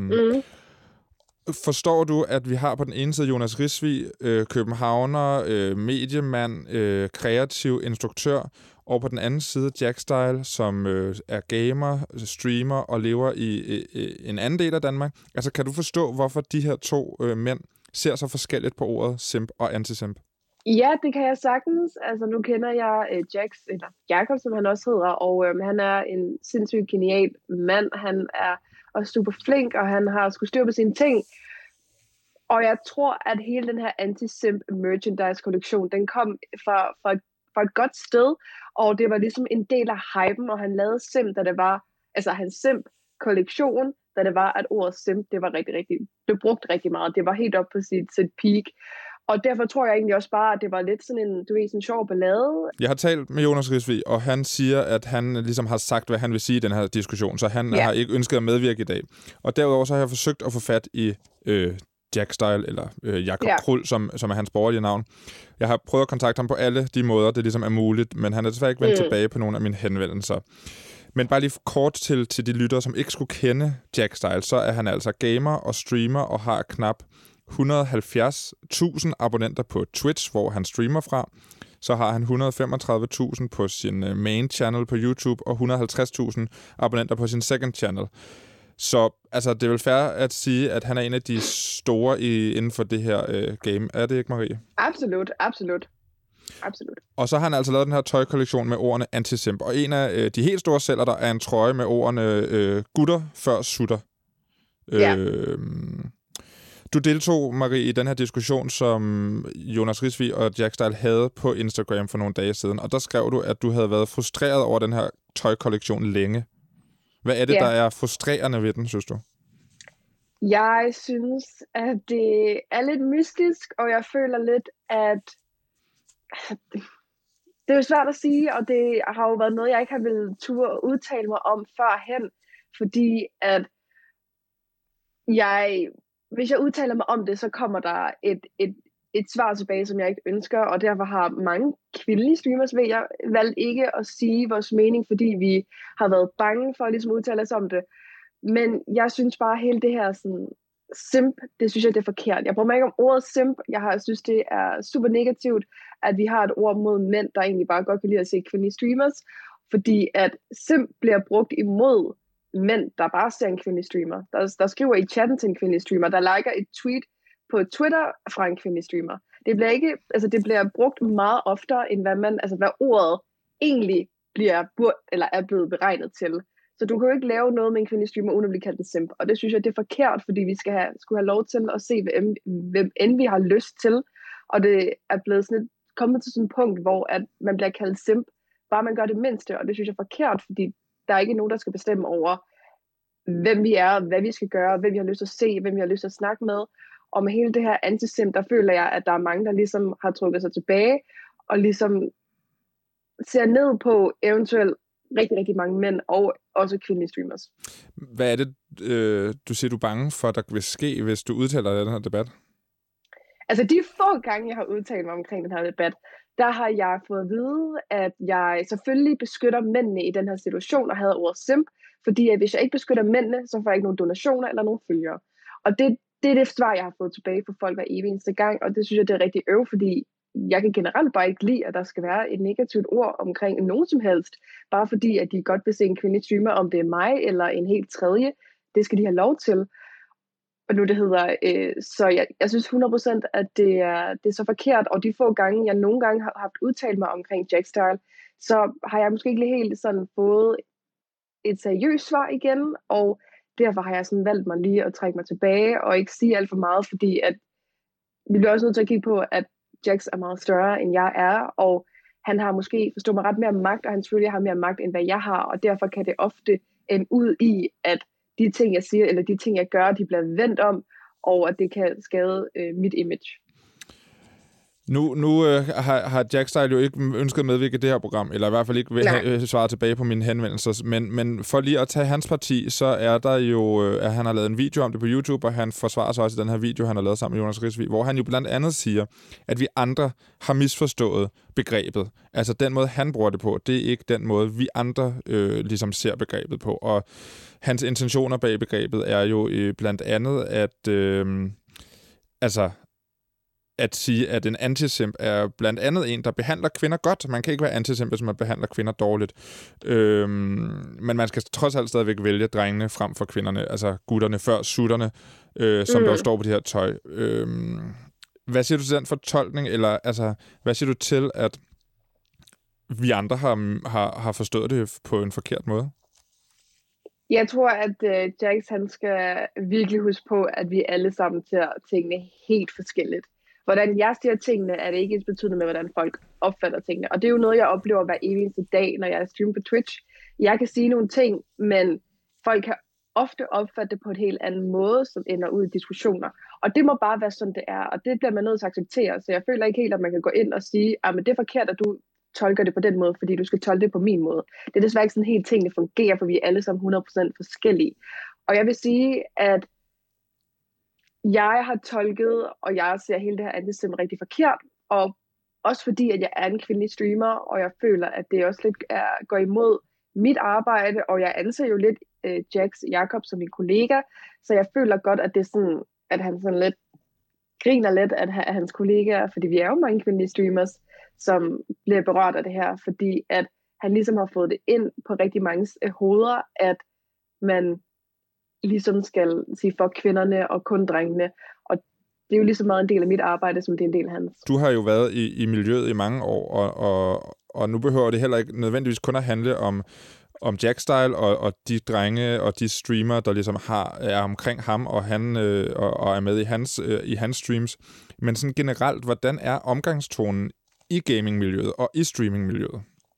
Forstår du, at vi har på den ene side Jonas Risvig, københavner, mediemand, kreativ instruktør, og på den anden side Jack Style, som er gamer, streamer og lever i en anden del af Danmark? Altså, kan du forstå, hvorfor de her to mænd ser så forskelligt på ordet simp og anti-simp? Ja, det kan jeg sagtens. Altså, nu kender jeg Jacob, som han også hedder, og han er en sindssygt genial mand. Han er også super flink, og han har sgu styr på sine ting. Og jeg tror, at hele den her anti-simp merchandise-kollektion, den kom fra et godt sted, og det var ligesom en del af hypen, og han lavede simp, da det var, altså hans simp-kollektion, da det var, at ordet simp, det var rigtig, det brugt rigtig meget. Det var helt op på sit peak. Og derfor tror jeg egentlig også bare, at det var lidt sådan en sjov ballade. Jeg har talt med Jonas Risvig, og han siger, at han ligesom har sagt, hvad han vil sige i den her diskussion, så han har ikke ønsket at medvirke i dag. Og derudover så har jeg forsøgt at få fat i Jack Style, eller Jakob Krul, som er hans borgerlige navn. Jeg har prøvet at kontakte ham på alle de måder, det ligesom er muligt, men han er desværre ikke vendt tilbage på nogle af mine henvendelser. Men bare lige kort til de lyttere, som ikke skulle kende Jack Style, så er han altså gamer og streamer og har knap 170.000 abonnenter på Twitch, hvor han streamer fra. så har han 135.000 på sin main channel på YouTube, og 150.000 abonnenter på sin second channel. Så altså, det er vel fair at sige, at han er en af de store inden for det her game. Er det ikke, Marie? Absolut. Og så har han altså lavet den her tøjkollektion med ordene antisimp. Og en af de helt store sælger der er en trøje med ordene gutter før sutter. Ja. Du deltog, Marie, i den her diskussion, som Jonas Risvig og Jack Style havde på Instagram for nogle dage siden. Og der skrev du, at du havde været frustreret over den her tøjkollektion længe. Hvad er det, der er frustrerende ved den, synes du? Jeg synes, at det er lidt mystisk, og jeg føler lidt, at det er jo svært at sige, og det har jo været noget, jeg ikke har ville turde udtale mig om førhen, fordi at hvis jeg udtaler mig om det, så kommer der et svar tilbage, som jeg ikke ønsker, og derfor har mange kvindelige streamers valgt ikke at sige vores mening, fordi vi har været bange for at ligesom udtale os om det. Men jeg synes bare, hele det her sådan, simp, det synes jeg, det er forkert. Jeg bruger mig ikke om ordet simp. Jeg synes, det er super negativt, at vi har et ord mod mænd, der egentlig bare godt kan lide at se kvindelige streamers, fordi at simp bliver brugt imod mænd, der bare ser en kvindelig streamer. Der skriver i chatten til en kvindelig streamer, der liker et tweet på Twitter fra en kvindelig streamer. Det bliver brugt meget oftere, end hvad ordet egentlig er blevet beregnet til. Så du kan jo ikke lave noget med en kvindelig streamer, uden at blive kaldt en simp. Og det synes jeg, det er forkert, fordi vi skulle have lov til at se, hvem end vi har lyst til. Og det er blevet kommet til sådan et punkt, hvor at man bliver kaldt simp, bare man gør det mindste. Og det synes jeg er forkert, fordi der er ikke nogen, der skal bestemme over, hvem vi er, hvad vi skal gøre, hvem vi har lyst til at se, hvem vi har lyst til at snakke med. Og med hele det her antisim, der føler jeg, at der er mange, der ligesom har trukket sig tilbage, og ligesom ser ned på eventuelt rigtig, rigtig mange mænd, og også kvindelige streamers. Hvad er det, du siger, du er bange for, der vil ske, hvis du udtaler den her debat? Altså de få gange, jeg har udtalt mig omkring den her debat, der har jeg fået at vide, at jeg selvfølgelig beskytter mændene i den her situation, og havde ordet simp, fordi at hvis jeg ikke beskytter mændene, så får jeg ikke nogen donationer eller nogen følgere. Og det er det svar, jeg har fået tilbage fra folk hver evig eneste gang, og det synes jeg, det er rigtig fordi jeg kan generelt bare ikke lide, at der skal være et negativt ord omkring nogen som helst, bare fordi, at de godt vil se en kvindelig streamer, om det er mig eller en helt tredje. Det skal de have lov til. Og nu det hedder, så jeg synes 100%, at det er så forkert, og de få gange, jeg nogle gange har haft udtalt mig omkring Jack Style, så har jeg måske ikke helt sådan fået et seriøst svar igen, og derfor har jeg sådan valgt mig lige at trække mig tilbage, og ikke sige alt for meget, fordi at vi bliver også nødt til at kigge på, at Jax er meget større, end jeg er, og han har måske, forstået mig, ret mere magt, og han selvfølgelig har mere magt, end hvad jeg har, og derfor kan det ofte ende ud i, at de ting, jeg siger, eller de ting, jeg gør, de bliver vendt om, og at det kan skade mit image. Nu har Jack Style jo ikke ønsket at medvirke i det her program, eller i hvert fald ikke svare tilbage på mine henvendelser, men for lige at tage hans parti, så er der jo, at han har lavet en video om det på YouTube, og han forsvarer sig også i den her video, han har lavet sammen med Jonas Risvig, hvor han jo blandt andet siger, at vi andre har misforstået begrebet. Altså den måde, han bruger det på, det er ikke den måde, vi andre ligesom ser begrebet på. Og hans intentioner bag begrebet er jo blandt andet, at sige, at en antisimp er blandt andet en, der behandler kvinder godt. Man kan ikke være antisimp, hvis man behandler kvinder dårligt. Men man skal trods alt stadigvæk vælge drengene frem for kvinderne, altså gutterne før sutterne, som der står på det her tøj. Hvad siger du til den fortolkning, eller altså, hvad siger du til, at vi andre har forstået det på en forkert måde? Jeg tror, at Jax, han skal virkelig huske på, at vi alle sammen ser tingene helt forskelligt. Hvordan jeg siger tingene, er det ikke ens betydende med, hvordan folk opfatter tingene. Og det er jo noget, jeg oplever hver eneste dag, når jeg streamer på Twitch. Jeg kan sige nogle ting, men folk kan ofte opfatte det på en helt anden måde, som ender ud i diskussioner. Og det må bare være sådan, det er. Og det bliver man nødt til at acceptere. Så jeg føler ikke helt, at man kan gå ind og sige, at det er forkert, at du tolker det på den måde, fordi du skal tolke det på min måde. Det er desværre ikke sådan helt tingene fungerer, for vi er alle sammen 100% forskellige. Og jeg vil sige, at jeg har tolket, og jeg ser hele det her antisim rigtig forkert, og også fordi, at jeg er en kvindelig streamer, og jeg føler, at det også lidt går imod mit arbejde, og jeg anser jo lidt Jax Jakob som min kollega, så jeg føler godt, at det er sådan, at han sådan lidt griner lidt af hans kollegaer, fordi vi er jo mange kvindelige streamers, som bliver berørt af det her, fordi at han ligesom har fået det ind på rigtig mange hoveder, at man ligesom skal sige for kvinderne og kun drengene, og det er jo lige så meget en del af mit arbejde, som det er en del af hans. Du har jo været i miljøet i mange år, og nu behøver det heller ikke nødvendigvis kun at handle om Jackstyle og de drenge og de streamere, der ligesom er omkring ham, og han og er med i hans streams. Men sådan generelt, hvordan er omgangstonen i gamingmiljøet og i streamingmiljøet?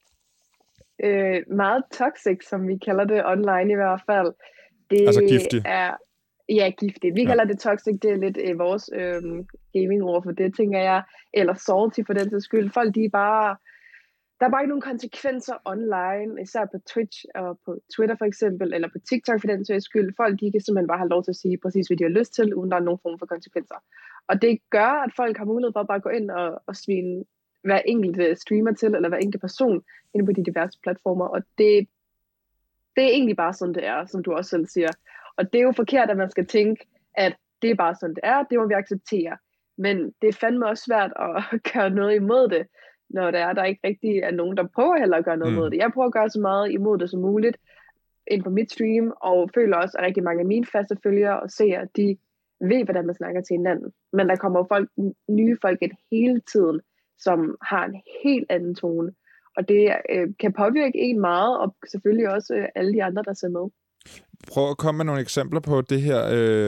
Meget toxic, som vi kalder det online i hvert fald. Det altså giftig? Ja, giftigt. Vi kalder det toxic, det er lidt vores gaming-ord for det, tænker jeg. Eller salty for den sags skyld. Folk, der er bare ikke nogen konsekvenser online, især på Twitch og på Twitter for eksempel, eller på TikTok for den sags skyld. Folk, de kan simpelthen bare have lov til at sige præcis, hvad de har lyst til, uden der er nogen form for konsekvenser. Og det gør, at folk har mulighed for at bare gå ind og svine hver enkelt streamer til, eller hver enkelt person inde på de diverse platformer. Og det er egentlig bare sådan, det er, som du også selv siger. Og det er jo forkert, at man skal tænke, at det er bare sådan, det er. Det må vi acceptere. Men det er fandme også svært at gøre noget imod det, når der ikke rigtig er nogen, der prøver heller at gøre noget imod det. Jeg prøver at gøre så meget imod det som muligt ind på mit stream, og føler også, at rigtig mange af mine faste følgere og seere, de ved, hvordan man snakker til hinanden. Men der kommer nye folk ind hele tiden, som har en helt anden tone. Og det kan påvirke en meget, og selvfølgelig også alle de andre, der ser med. Prøv at komme med nogle eksempler på det her,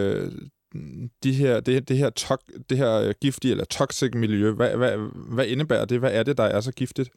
det her giftige eller toxic miljø. Hvad indebærer det? Hvad er det, der er så giftigt?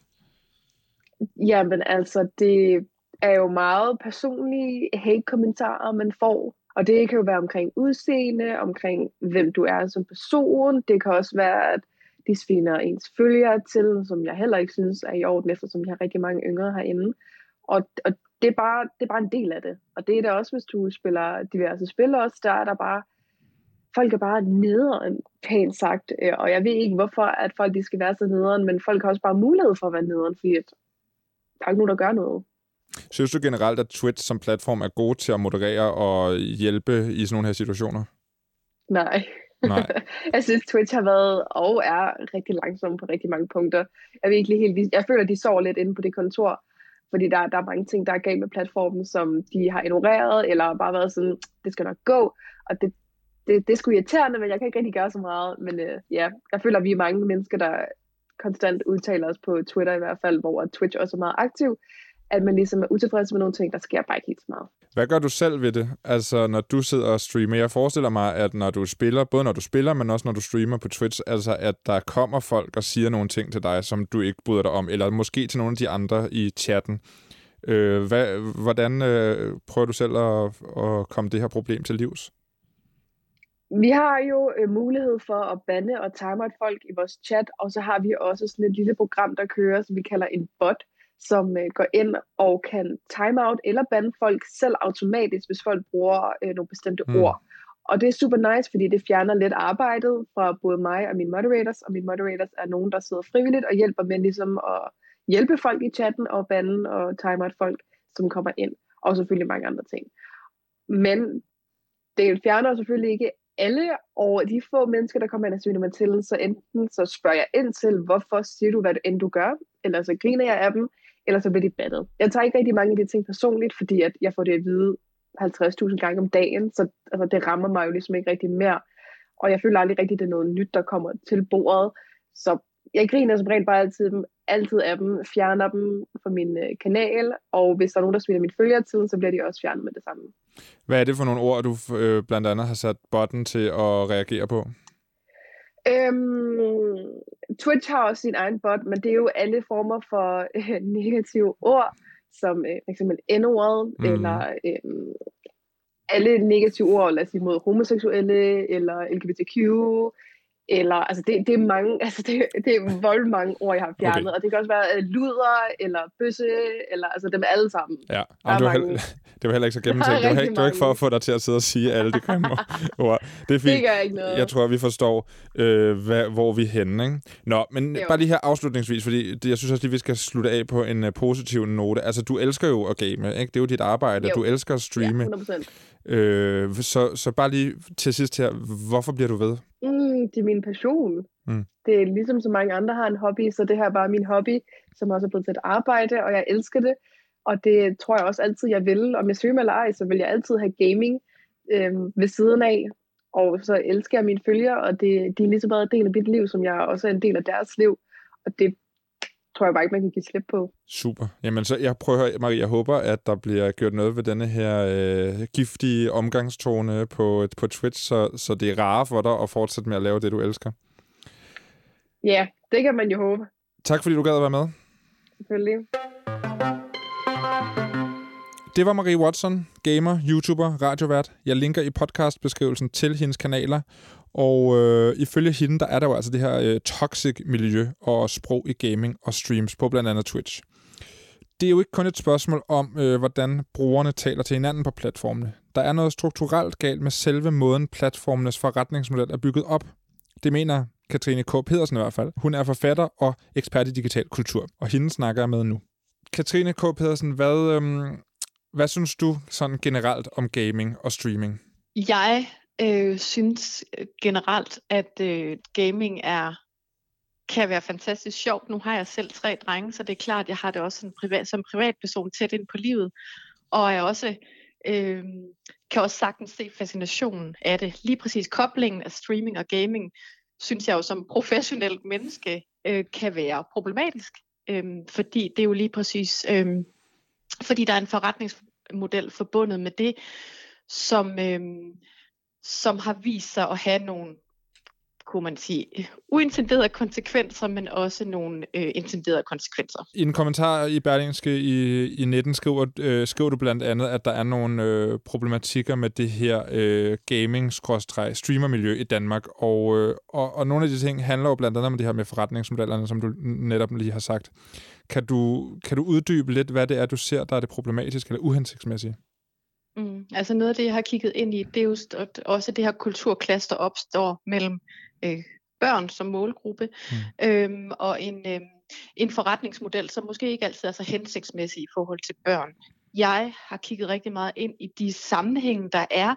Jamen altså, det er jo meget personlige hate-kommentarer, man får. Og det kan jo være omkring udseende, omkring hvem du er som person. Det kan også være, at de sviner ens følgere til, som jeg heller ikke synes er i orden, eftersom vi har rigtig mange yngre herinde. Og det er bare en del af det. Og det er det også, hvis du spiller diverse spil også, der er der bare, folk er bare nederen, pænt sagt. Og jeg ved ikke, hvorfor at folk de skal være så nederen, men folk har også bare mulighed for at være nederen, fordi der er ikke nogen, der gør noget. Synes du generelt, at Twitch som platform er god til at moderere og hjælpe i sådan nogle her situationer? Nej. Jeg synes, Twitch har været og er rigtig langsom på rigtig mange punkter. Jeg føler, at de sover lidt inde på det kontor, fordi der er mange ting, der er galt med platformen, som de har ignoreret, eller bare været sådan, det skal nok gå, og det er sgu irriterende, men jeg kan ikke rigtig gøre så meget. Men jeg føler, at vi er mange mennesker, der konstant udtaler os på Twitter i hvert fald, hvor Twitch også er meget aktiv, at man ligesom er utilfreds med nogle ting, der sker bare ikke helt så meget. Hvad gør du selv ved det? Altså, når du sidder og streamer? Jeg forestiller mig, at når du spiller, både når du spiller, men også når du streamer på Twitch, altså at der kommer folk og siger nogle ting til dig, som du ikke bryder dig om, eller måske til nogle af de andre i chatten. Hvordan prøver du selv at komme det her problem til livs? Vi har jo mulighed for at bande og timeout folk i vores chat, og så har vi også sådan et lille program, der kører, som vi kalder en bot, som går ind og kan timeout eller bande folk selv automatisk, hvis folk bruger nogle bestemte ord. Og det er super nice, fordi det fjerner lidt arbejdet fra både mig og mine moderators, og mine moderators er nogen, der sidder frivilligt og hjælper med ligesom at hjælpe folk i chatten og bande og timeout folk, som kommer ind, og selvfølgelig mange andre ting. Men det fjerner selvfølgelig ikke alle, og de få mennesker, der kommer ind og sviner mig til, så enten så spørger jeg ind til, hvorfor siger du, hvad end du gør, eller så griner jeg af dem, eller så bliver de bandet. Jeg tager ikke rigtig mange af de ting personligt, fordi at jeg får det at vide 50.000 gange om dagen, så altså, det rammer mig jo ligesom ikke rigtig mere. Og jeg føler aldrig rigtig, det er noget nyt, der kommer til bordet. Så jeg griner som regel bare altid af dem, fjerner dem fra min kanal, og hvis der er nogen, der sviner mit følgertid, så bliver de også fjernet med det samme. Hvad er det for nogle ord, du blandt andet har sat botten til at reagere på? Twitch har også sin egen bot, men det er jo alle former for negative ord, som for eksempel N-ordet, eller alle negative ord, lad os sige, mod homoseksuelle, eller LGBTQ, eller, altså det er mange, altså det er vold mange ord, jeg har fjernet, okay. Og det kan også være luder, eller bøsse, eller altså dem alle sammen. Ja, det var heller ikke så gennemtænkt. Det var ikke for at få dig til at sidde og sige alle de grimme ord. Det er fint. Det gør ikke noget. Jeg tror, vi forstår, hvor vi er henne, ikke? Nå, men bare lige her afslutningsvis, fordi jeg synes også lige, vi skal slutte af på en positiv note. Altså, du elsker jo at game, ikke? Det er jo dit arbejde. Jo. Du elsker at streame. Ja, 100%. Så bare lige til sidst her, hvorfor bliver du ved? Det er min passion. Det er ligesom så mange andre har en hobby, så det her er bare min hobby, som også er blevet til et arbejde, og jeg elsker det. Og det tror jeg også altid, jeg vil. Om jeg streamer eller ej, så vil jeg altid have gaming ved siden af. Og så elsker jeg mine følgere, og de er lige så meget en del af mit liv, som jeg også er en del af deres liv. Og det tror jeg bare ikke, man kan give slip på. Super. Jamen, så jeg prøver at høre, Marie, jeg håber, at der bliver gjort noget ved denne her giftige omgangstone på Twitch, så det er rare for dig at fortsætte med at lave det, du elsker. Ja, det kan man jo håbe. Tak, fordi du gad at være med. Selvfølgelig. Det var Marie Watson, gamer, YouTuber, radiovært. Jeg linker i podcastbeskrivelsen til hendes kanaler, og ifølge hende, der er der jo altså det her toxic miljø og sprog i gaming og streams på blandt andet Twitch. Det er jo ikke kun et spørgsmål om, hvordan brugerne taler til hinanden på platformene. Der er noget strukturelt galt med selve måden, platformenes forretningsmodel er bygget op. Det mener Katrine K. Pedersen i hvert fald. Hun er forfatter og ekspert i digital kultur, og hende snakker jeg med nu. Katrine K. Pedersen, hvad synes du sådan generelt om gaming og streaming? Jeg synes generelt, at gaming kan være fantastisk sjovt. Nu har jeg selv 3 drenge, så det er klart, at jeg har det også som privatperson tæt ind på livet. Og jeg også, kan også sagtens se fascinationen af det. Lige præcis koblingen af streaming og gaming, synes jeg jo som professionelt menneske kan være problematisk. Fordi det er jo lige præcis, fordi der er en forretningsmodel forbundet med det, som har vist sig at have nogle, kunne man sige, uintenderede konsekvenser, men også nogle intenderede konsekvenser. I en kommentar i Berlingske i 19 skriver du blandt andet, at der er nogle problematikker med det her gaming-streamer-miljø i Danmark, og nogle af de ting handler jo blandt andet om det her med forretningsmodellerne, som du netop lige har sagt. Kan du uddybe lidt, hvad det er, du ser, der er det problematiske eller uhensigtsmæssige? Altså noget af det, jeg har kigget ind i, det er jo også det her kulturklasse, der opstår mellem børn som målgruppe, og en forretningsmodel, som måske ikke altid er så hensigtsmæssig i forhold til børn. Jeg har kigget rigtig meget ind i de sammenhænge, der er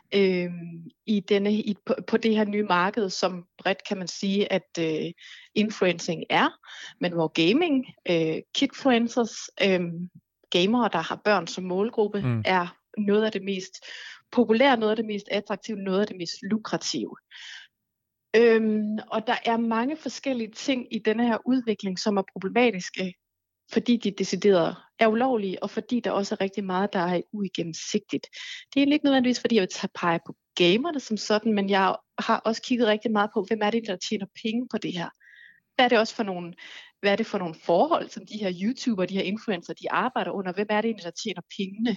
på det her nye marked, som bredt kan man sige, at influencing er, men hvor gaming, kidfluencers, gamere, der har børn som målgruppe, er noget af det mest populære, noget af det mest attraktive, noget af det mest lukrative. Og der er mange forskellige ting i denne her udvikling, som er problematiske, fordi de decideret er ulovlige, og fordi der også er rigtig meget, der er uigennemsigtigt. Det er ikke nødvendigvis, fordi jeg vil pege på gamerne som sådan, men jeg har også kigget rigtig meget på, hvem er det, der tjener penge på det her. Hvad er det for nogle forhold, som de her YouTuber, de her influencer, de arbejder under? Hvem er det egentlig, der tjener pengene?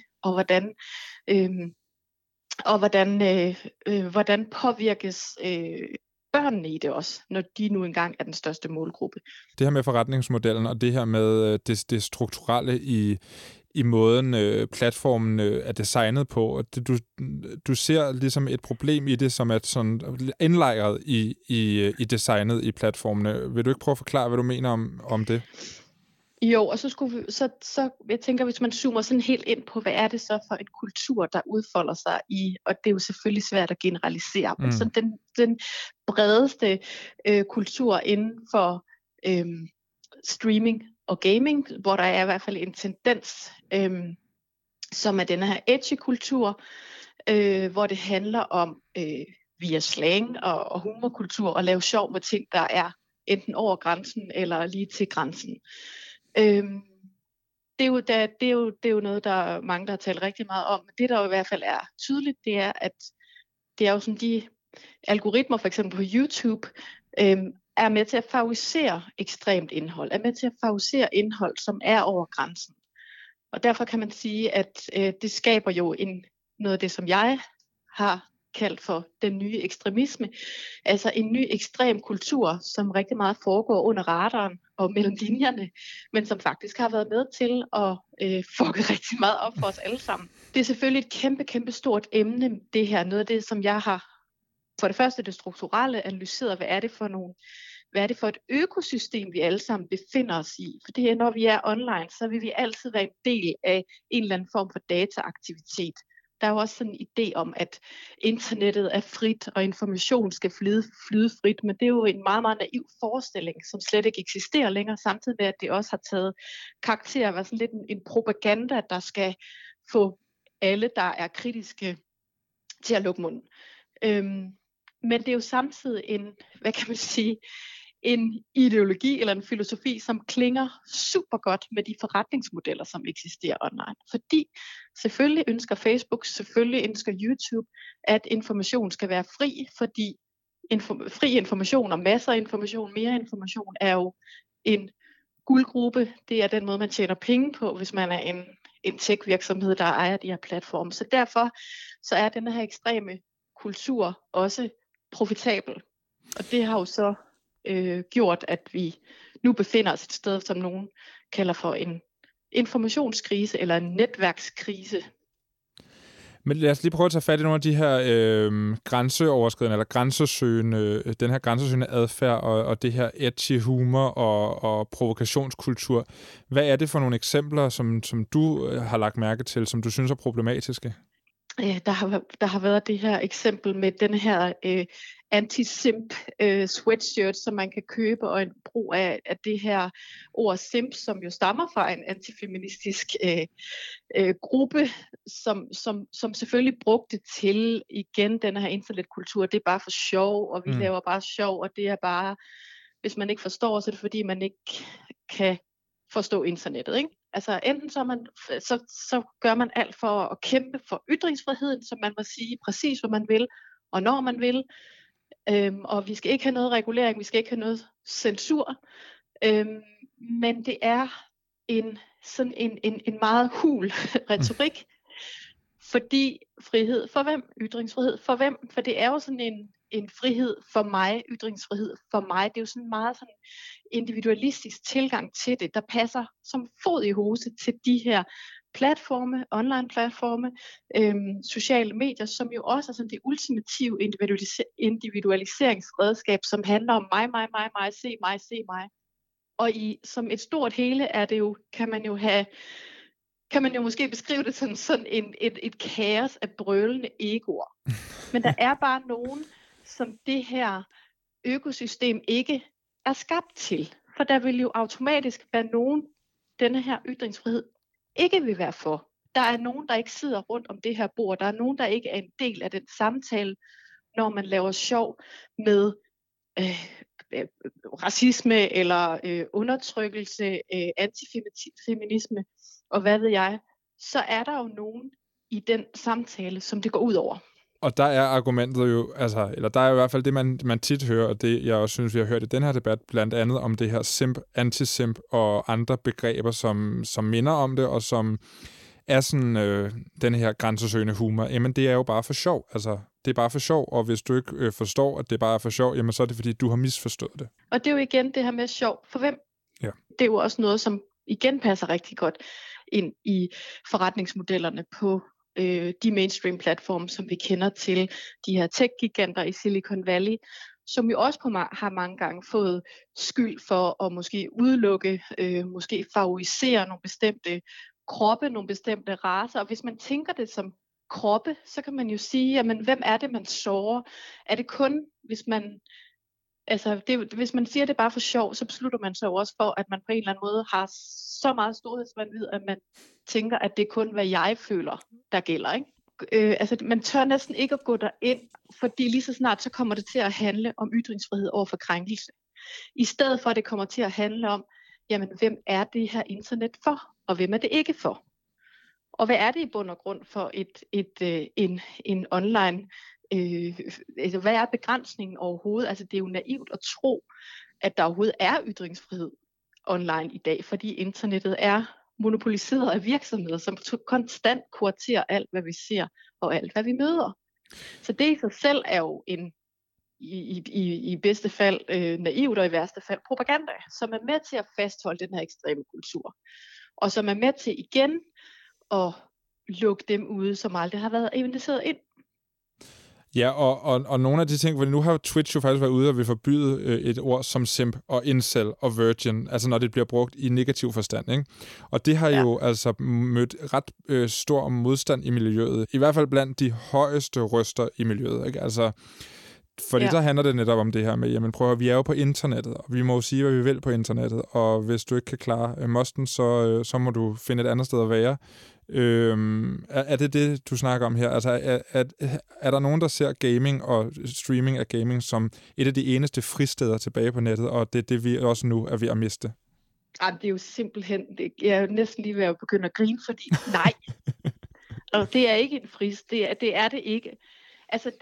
Og hvordan påvirkes børnene i det også, når de nu engang er den største målgruppe? Det her med forretningsmodellen og det her med det strukturelle i måden platformen er designet på. Du ser ligesom et problem i det, som er sådan indlejret i designet i platformene. Vil du ikke prøve at forklare, hvad du mener om det? Jo, og så jeg tænker, hvis man zoomer sådan helt ind på, hvad er det så for en kultur, der udfolder sig i, og det er jo selvfølgelig svært at generalisere, men så den bredeste kultur inden for streaming og gaming, hvor der er i hvert fald en tendens, som er denne her edgy-kultur, hvor det handler om via slang og humorkultur at lave sjov med ting, der er enten over grænsen eller lige til grænsen. Det er jo noget, der er mange, der har talt rigtig meget om. Det, der jo i hvert fald er tydeligt, det er, at det er jo sådan de algoritmer, for eksempel på YouTube, er med til at favorisere ekstremt indhold, er med til at favorisere indhold, som er over grænsen. Og derfor kan man sige, at det skaber jo noget af det, som jeg har kaldt for den nye ekstremisme, altså en ny ekstrem kultur, som rigtig meget foregår under radaren og mellem linjerne, men som faktisk har været med til at fucke rigtig meget op for os alle sammen. Det er selvfølgelig et kæmpe, kæmpe stort emne, det her. Noget af det, som jeg har for det første det strukturelle analyseret, hvad er det for et økosystem, vi alle sammen befinder os i? For det er, når vi er online, så vil vi altid være en del af en eller anden form for dataaktivitet. der er jo også sådan en idé om, at internettet er frit, og information skal flyde frit, men det er jo en meget, meget naiv forestilling, som slet ikke eksisterer længere, samtidig med, at det også har taget karakter af at være sådan lidt en propaganda, der skal få alle, der er kritiske, til at lukke munden. Men det er jo samtidig en ideologi eller en filosofi, som klinger super godt med de forretningsmodeller, som eksisterer online. Fordi selvfølgelig ønsker Facebook, selvfølgelig ønsker YouTube, at information skal være fri, fordi fri information og masser af information, mere information, er jo en guldgruppe. Det er den måde, man tjener penge på, hvis man er en tech-virksomhed, der ejer de her platforme. Så derfor så er den her ekstreme kultur også profitabel. Og det har jo så gjort, at vi nu befinder os et sted, som nogen kalder for en informationskrise eller en netværkskrise. Men lad os lige prøve at tage fat i nogle af de her grænseoverskridende eller grænsesøgende, den her grænsesøgende adfærd og det her edgy humor og provokationskultur. Hvad er det for nogle eksempler, som du har lagt mærke til, som du synes er problematiske? Der har været det her eksempel med den her anti-simp sweatshirt, som man kan købe, og en brug af det her ord simp, som jo stammer fra en antifeministisk gruppe, som selvfølgelig brugte til igen den her internetkultur. Det er bare for sjov, og vi laver bare sjov, og det er bare, hvis man ikke forstår, så er det fordi, man ikke kan forstå internettet, ikke? Altså enten så gør man alt for at kæmpe for ytringsfriheden, så man må sige præcis, hvad man vil, og når man vil. Og vi skal ikke have noget regulering, vi skal ikke have noget censur. Men det er en meget hul retorik. Fordi frihed for hvem? Ytringsfrihed for hvem? For det er jo sådan en frihed for mig, ytringsfrihed for mig. Det er jo sådan en meget sådan individualistisk tilgang til det, der passer som fod i hose til de her platforme, online platforme, sociale medier, som jo også er sådan det ultimative individualiseringsredskab, som handler om mig, se mig. Og som et stort hele er det jo, kan man jo måske beskrive det som sådan et kaos af brølende egoer. Men der er bare nogen, som det her økosystem ikke er skabt til. For der vil jo automatisk være nogen, denne her ytringsfrihed ikke vil være for. Der er nogen, der ikke sidder rundt om det her bord. Der er nogen, der ikke er en del af den samtale, når man laver sjov med racisme eller undertrykkelse, antifeminisme og hvad ved jeg. Så er der jo nogen i den samtale, som det går ud over. Og der er argumentet jo, eller der er i hvert fald det, man tit hører, og det jeg også synes, vi har hørt i den her debat, blandt andet om det her simp, antisimp og andre begreber, som minder om det, og som er sådan den her grænsesøgende humor. Jamen, det er jo bare for sjov. Altså, det er bare for sjov, og hvis du ikke forstår, at det bare er for sjov, jamen så er det, fordi du har misforstået det. Og det er jo igen det her med sjov. For hvem? Ja. Det er jo også noget, som igen passer rigtig godt ind i forretningsmodellerne på de mainstream-platforme, som vi kender til, de her tech-giganter i Silicon Valley, som jo også har mange gange fået skyld for at måske udelukke, måske favorisere nogle bestemte kroppe, nogle bestemte racer. Og hvis man tænker det som kroppe, så kan man jo sige, jamen hvem er det, man sårer? Er det kun, hvis man siger det bare for sjov, så beslutter man sig også for, at man på en eller anden måde har så meget storhedsvanvid, at man tænker, at det er kun, hvad jeg føler, der gælder, ikke? Man tør næsten ikke at gå derind, fordi lige så snart, så kommer det til at handle om ytringsfrihed over for krænkelse. I stedet for, at det kommer til at handle om, jamen, hvem er det her internet for, og hvem er det ikke for? Og hvad er det i bund og grund for en online hvad er begrænsningen overhovedet? Altså det er jo naivt at tro, at der overhovedet er ytringsfrihed online i dag, fordi internettet er monopoliseret af virksomheder, som konstant kuraterer alt, hvad vi ser og alt, hvad vi møder. Så det i sig selv er jo i bedste fald naivt og i værste fald propaganda, som er med til at fastholde den her ekstreme kultur. Og som er med til igen at lukke dem ude, som aldrig har været inviteret ind. Ja, og nogle af de ting, for nu har Twitch jo faktisk været ude og vil forbyde et ord som simp og incel og virgin, altså når det bliver brugt i negativ forstand, ikke? Og det har jo altså mødt ret stor modstand i miljøet, i hvert fald blandt de højeste røster i miljøet, ikke? Altså, fordi der handler det netop om det her med, jamen prøv at vi er jo på internettet, og vi må jo sige, hvad vi vil på internettet, og hvis du ikke kan klare mosten, så må du finde et andet sted at være. Er det, du snakker om her? Altså, er der nogen, der ser gaming og streaming af gaming som et af de eneste fristeder tilbage på nettet, og det er det, vi også nu er ved at miste? Ej, det er jo simpelthen... Jeg er jo næsten lige ved at begynde at grine, fordi nej. Og det er ikke en frist. Det er det ikke. Altså,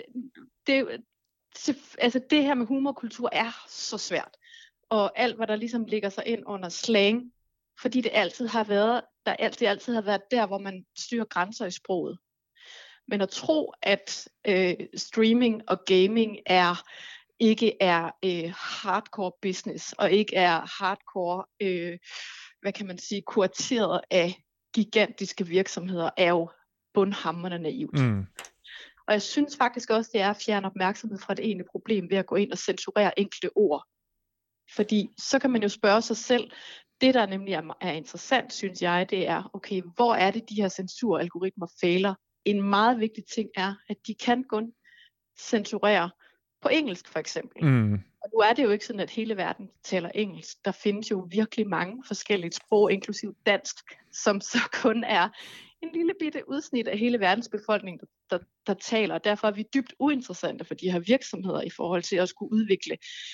det her med humorkultur er så svært. Og alt, hvad der ligesom ligger sig ind under slang, fordi det altid har været der, hvor man styrer grænser i sproget. Men at tro, at streaming og gaming ikke er hardcore business, og ikke er hardcore, hvad kan man sige, kurateret af gigantiske virksomheder, er jo bundhamrende naivt. Og jeg synes faktisk også, det er at fjerne opmærksomhed fra det egentlige problem ved at gå ind og censurere enkelte ord. Fordi så kan man jo spørge sig selv, det der nemlig er interessant, synes jeg, det er, okay, hvor er det, de her censuralgoritmer fejler? En meget vigtig ting er, at de kan kun censurere på engelsk for eksempel. Og nu er det jo ikke sådan, at hele verden taler engelsk. Der findes jo virkelig mange forskellige sprog, inklusiv dansk, som så kun er en lille bitte udsnit af hele verdens befolkning, der taler. Derfor er vi dybt uinteressante for de her virksomheder i forhold til at skulle udvikle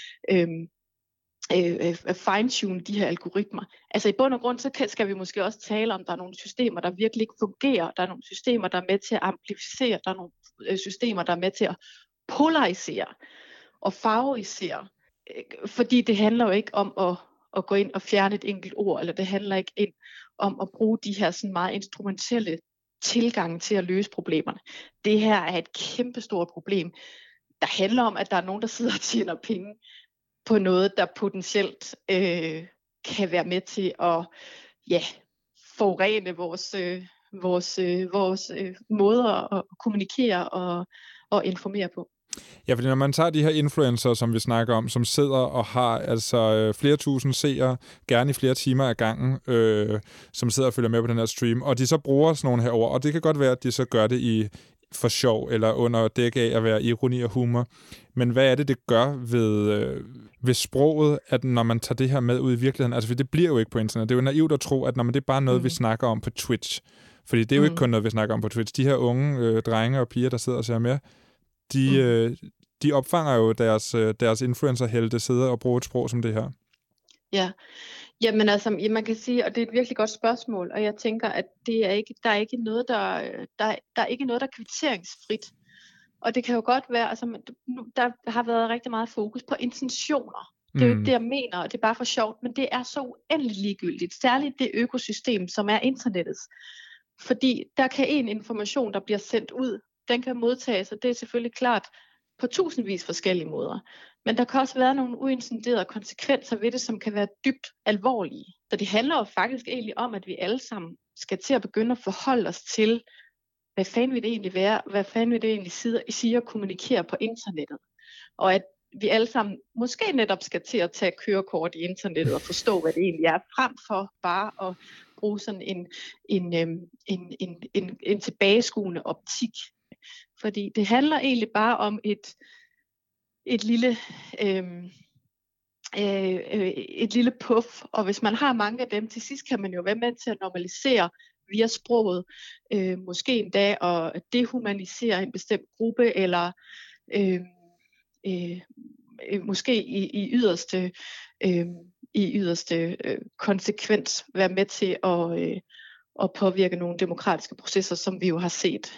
fine-tune de her algoritmer. Altså i bund og grund, så skal vi måske også tale om, der er nogle systemer, der virkelig ikke fungerer. Der er nogle systemer, der er med til at amplificere. Der er nogle systemer, der er med til at polarisere og favorisere. Fordi det handler jo ikke om at gå ind og fjerne et enkelt ord, eller det handler ikke om at bruge de her sådan meget instrumentelle tilgange til at løse problemerne. Det her er et kæmpestort problem, der handler om, at der er nogen, der sidder og tjener penge på noget, der potentielt kan være med til at forurene vores måder at kommunikere og informere på. Ja, fordi når man tager de her influencer, som vi snakker om, som sidder og har altså flere tusind seere, gerne i flere timer ad gangen, som sidder og følger med på den her stream, og de så bruger sådan nogle her ord, og det kan godt være, at de så gør det for sjov, eller under dæk af at være ironi og humor. Men hvad er det gør ved sproget, at når man tager det her med ud i virkeligheden? Altså, for det bliver jo ikke på internet. Det er jo naivt at tro, at når man det er bare noget, vi snakker om på Twitch. Fordi det er jo ikke kun noget, vi snakker om på Twitch. De her unge drenge og piger, der sidder og ser med, de opfanger jo deres influencerhelte sidder og bruger et sprog som det her. Ja. Jamen altså, man kan sige, og det er et virkelig godt spørgsmål, og jeg tænker, at der er ikke noget, der er kvitteringsfrit. Og det kan jo godt være, altså, der har været rigtig meget fokus på intentioner. Det er jo ikke det, jeg mener, og det er bare for sjovt, men det er så uendeligt ligegyldigt. Særligt det økosystem, som er internettets. Fordi der kan en information, der bliver sendt ud, den kan modtages, og det er selvfølgelig klart på tusindvis forskellige måder. Men der kan også være nogle uintenderede konsekvenser ved det, som kan være dybt alvorlige. Så det handler jo faktisk egentlig om, at vi alle sammen skal til at begynde at forholde os til, hvad fanden vil det egentlig være, hvad fanden vil det egentlig sige at kommunikere på internettet. Og at vi alle sammen måske netop skal til at tage kørekort i internettet og forstå, hvad det egentlig er, frem for bare at bruge sådan en tilbageskuende optik. Fordi det handler egentlig bare om et lille puff, og hvis man har mange af dem, til sidst kan man jo være med til at normalisere via sproget, måske endda at dehumanisere en bestemt gruppe, eller måske i yderste konsekvens være med til at påvirke nogle demokratiske processer, som vi jo har set.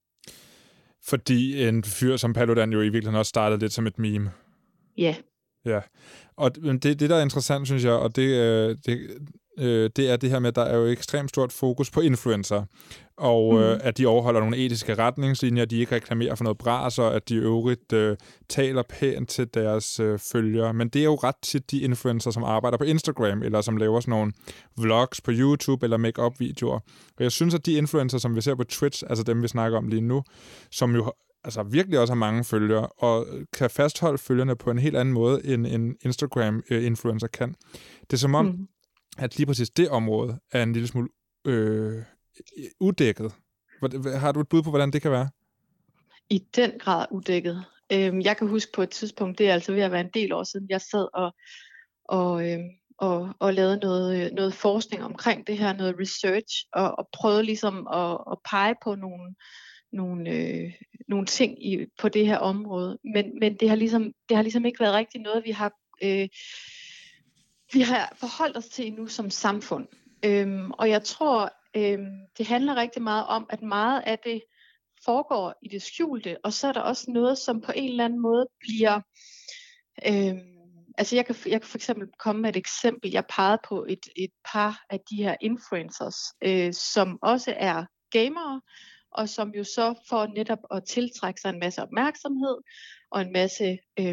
Fordi en fyr som Paludan jo i virkeligheden også startede lidt som et meme. Ja. Ja, og det der er interessant, synes jeg, og det er det her med, at der er jo ekstremt stort fokus på influencer, og at de overholder nogle etiske retningslinjer, de ikke reklamerer for noget bras, og at de øvrigt taler pænt til deres følgere. Men det er jo ret tit de influencer, som arbejder på Instagram, eller som laver sådan nogle vlogs på YouTube, eller make-up-videoer. Og jeg synes, at de influencer, som vi ser på Twitch, altså dem, vi snakker om lige nu, som jo altså virkelig også har mange følgere, og kan fastholde følgerne på en helt anden måde, end en Instagram-influencer kan. Det er som om, at lige præcis det område er en lille smule udækket. Har du et bud på, hvordan det kan være? I den grad udækket. Jeg kan huske på et tidspunkt, det er altså ved at være en del år siden, jeg sad og lavede noget forskning omkring det her, noget research, og prøvede ligesom at pege på nogle ting på det her område. Men det har ligesom ikke været rigtig noget, vi har forholdt os til endnu som samfund. Og jeg tror, det handler rigtig meget om, at meget af det foregår i det skjulte, og så er der også noget, som på en eller anden måde bliver... altså jeg kan for eksempel komme med et eksempel. Jeg pegede på et par af de her influencers, som også er gamere, og som jo så får netop at tiltrække sig en masse opmærksomhed, og en masse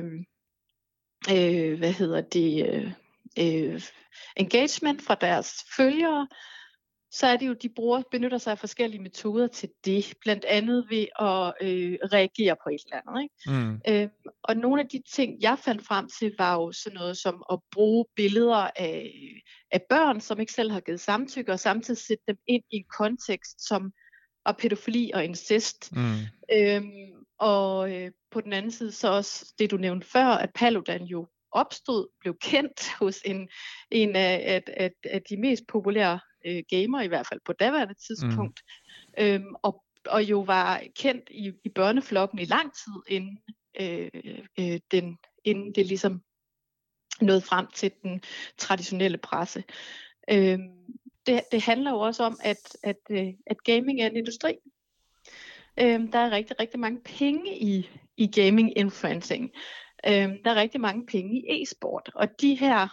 engagement fra deres følgere, så er det jo, de benytter sig af forskellige metoder til det, blandt andet ved at reagere på et eller andet. Ikke? Og nogle af de ting, jeg fandt frem til, var jo sådan noget som at bruge billeder af børn, som ikke selv har givet samtykke, og samtidig sætte dem ind i en kontekst, som var pædofili og incest. Og på den anden side, så også det, du nævnte før, at Paludan jo blev kendt hos en af de mest populære gamer, i hvert fald på daværende tidspunkt, og jo var kendt i børneflokken i lang tid, inden det ligesom nåede frem til den traditionelle presse. Det handler jo også om, at gaming er en industri. Der er rigtig, rigtig mange penge i gaming influencing. Der er rigtig mange penge i e-sport, og de her,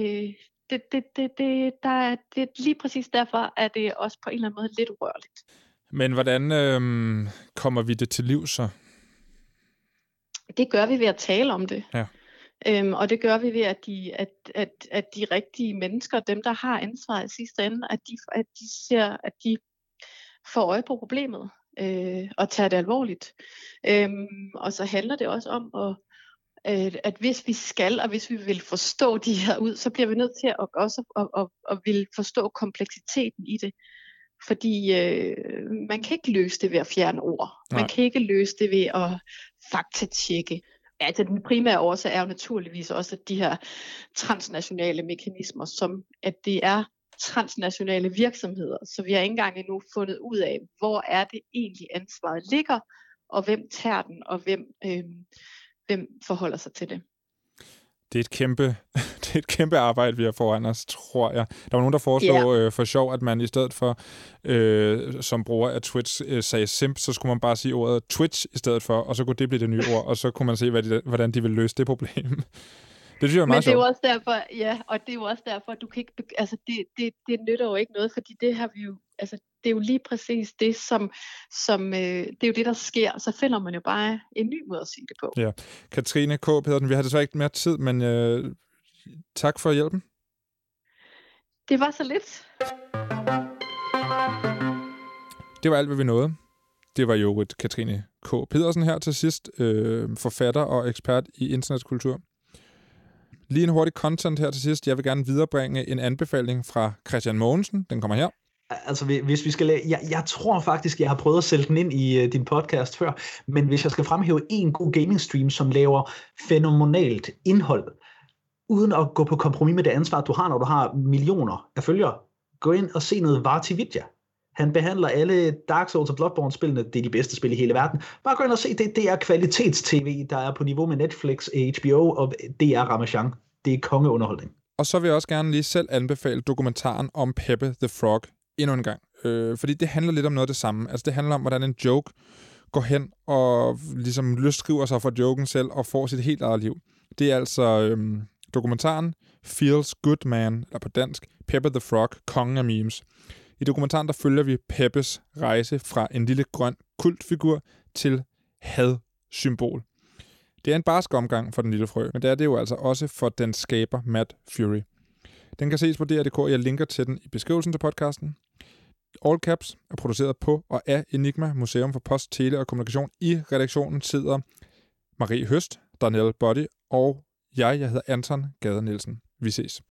lige præcis derfor er det også på en eller anden måde lidt urørligt. Men hvordan kommer vi det til liv så? Det gør vi ved at tale om det. Ja. Og det gør vi ved, at de rigtige mennesker, dem der har ansvaret i sidste ende, at de får øje på problemet og tager det alvorligt. Og så handler det også om at hvis vi skal, og hvis vi vil forstå de her ud, så bliver vi nødt til at vil forstå kompleksiteten i det. Fordi man kan ikke løse det ved at fjerne ord. Nej. Man kan ikke løse det ved at faktatjekke. Altså den primære årsag er jo naturligvis også, at de her transnationale mekanismer, som at det er transnationale virksomheder, så vi har ikke engang endnu fundet ud af, hvor er det egentlig ansvaret ligger, og hvem tager den, og hvem forholder sig til det. Det er et kæmpe arbejde, vi har foran os, tror jeg. Der var nogen, der foreslog for sjov, at man i stedet for, som bruger af Twitch, sagde simp, så skulle man bare sige ordet Twitch i stedet for, og så kunne det blive det nye ord, og så kunne man se, hvordan de vil løse det problem. Det synes jeg er meget sjovt. Men det er jo også derfor, og det er jo også derfor, at du kan ikke, altså det nytter jo ikke noget, fordi det har vi jo, altså det er jo lige præcis det, som det er jo det, der sker, så finder man jo bare en ny måde at sige det på. Ja. Katrine K. Pedersen, vi har desværre ikke mere tid, men tak for hjælpen. Det var så lidt. Det var alt, hvad vi nåede. Det var jo Katrine K. Pedersen her til sidst, forfatter og ekspert i internetkultur. Lige en hurtig content her til sidst. Jeg vil gerne viderebringe en anbefaling fra Christian Mogensen. Den kommer her. Altså, hvis vi skal jeg tror faktisk, jeg har prøvet at sælge den ind i din podcast før, men hvis jeg skal fremhæve en god gaming stream, som laver fænomenalt indhold, uden at gå på kompromis med det ansvar, du har, når du har millioner af følgere, gå ind og se noget Varti Vidya. Han behandler alle Dark Souls og Bloodborne-spillene, det er de bedste spil i hele verden. Bare gå ind og se, det er kvalitets-tv, der er på niveau med Netflix, HBO og DR Ramachan. Det er kongeunderholdning. Og så vil jeg også gerne lige selv anbefale dokumentaren om Pepe the Frog endnu en gang. Fordi det handler lidt om noget af det samme. Altså det handler om, hvordan en joke går hen og ligesom løsskriver sig for joken selv og får sit helt eget liv. Det er altså dokumentaren Feels Good Man, eller på dansk, Pepe the Frog, kongen af memes. I dokumentaren der følger vi Peppes rejse fra en lille grøn kultfigur til had-symbol. Det er en barsk omgang for den lille frø, men det er det jo altså også for den skaber Matt Fury. Den kan ses på DR.dk, jeg linker til den i beskrivelsen til podcasten. All Caps er produceret på og af Enigma, Museum for Post, Tele og Kommunikation. I redaktionen sidder Marie Høst, Danielle Body og jeg hedder Anton Gade Nielsen. Vi ses.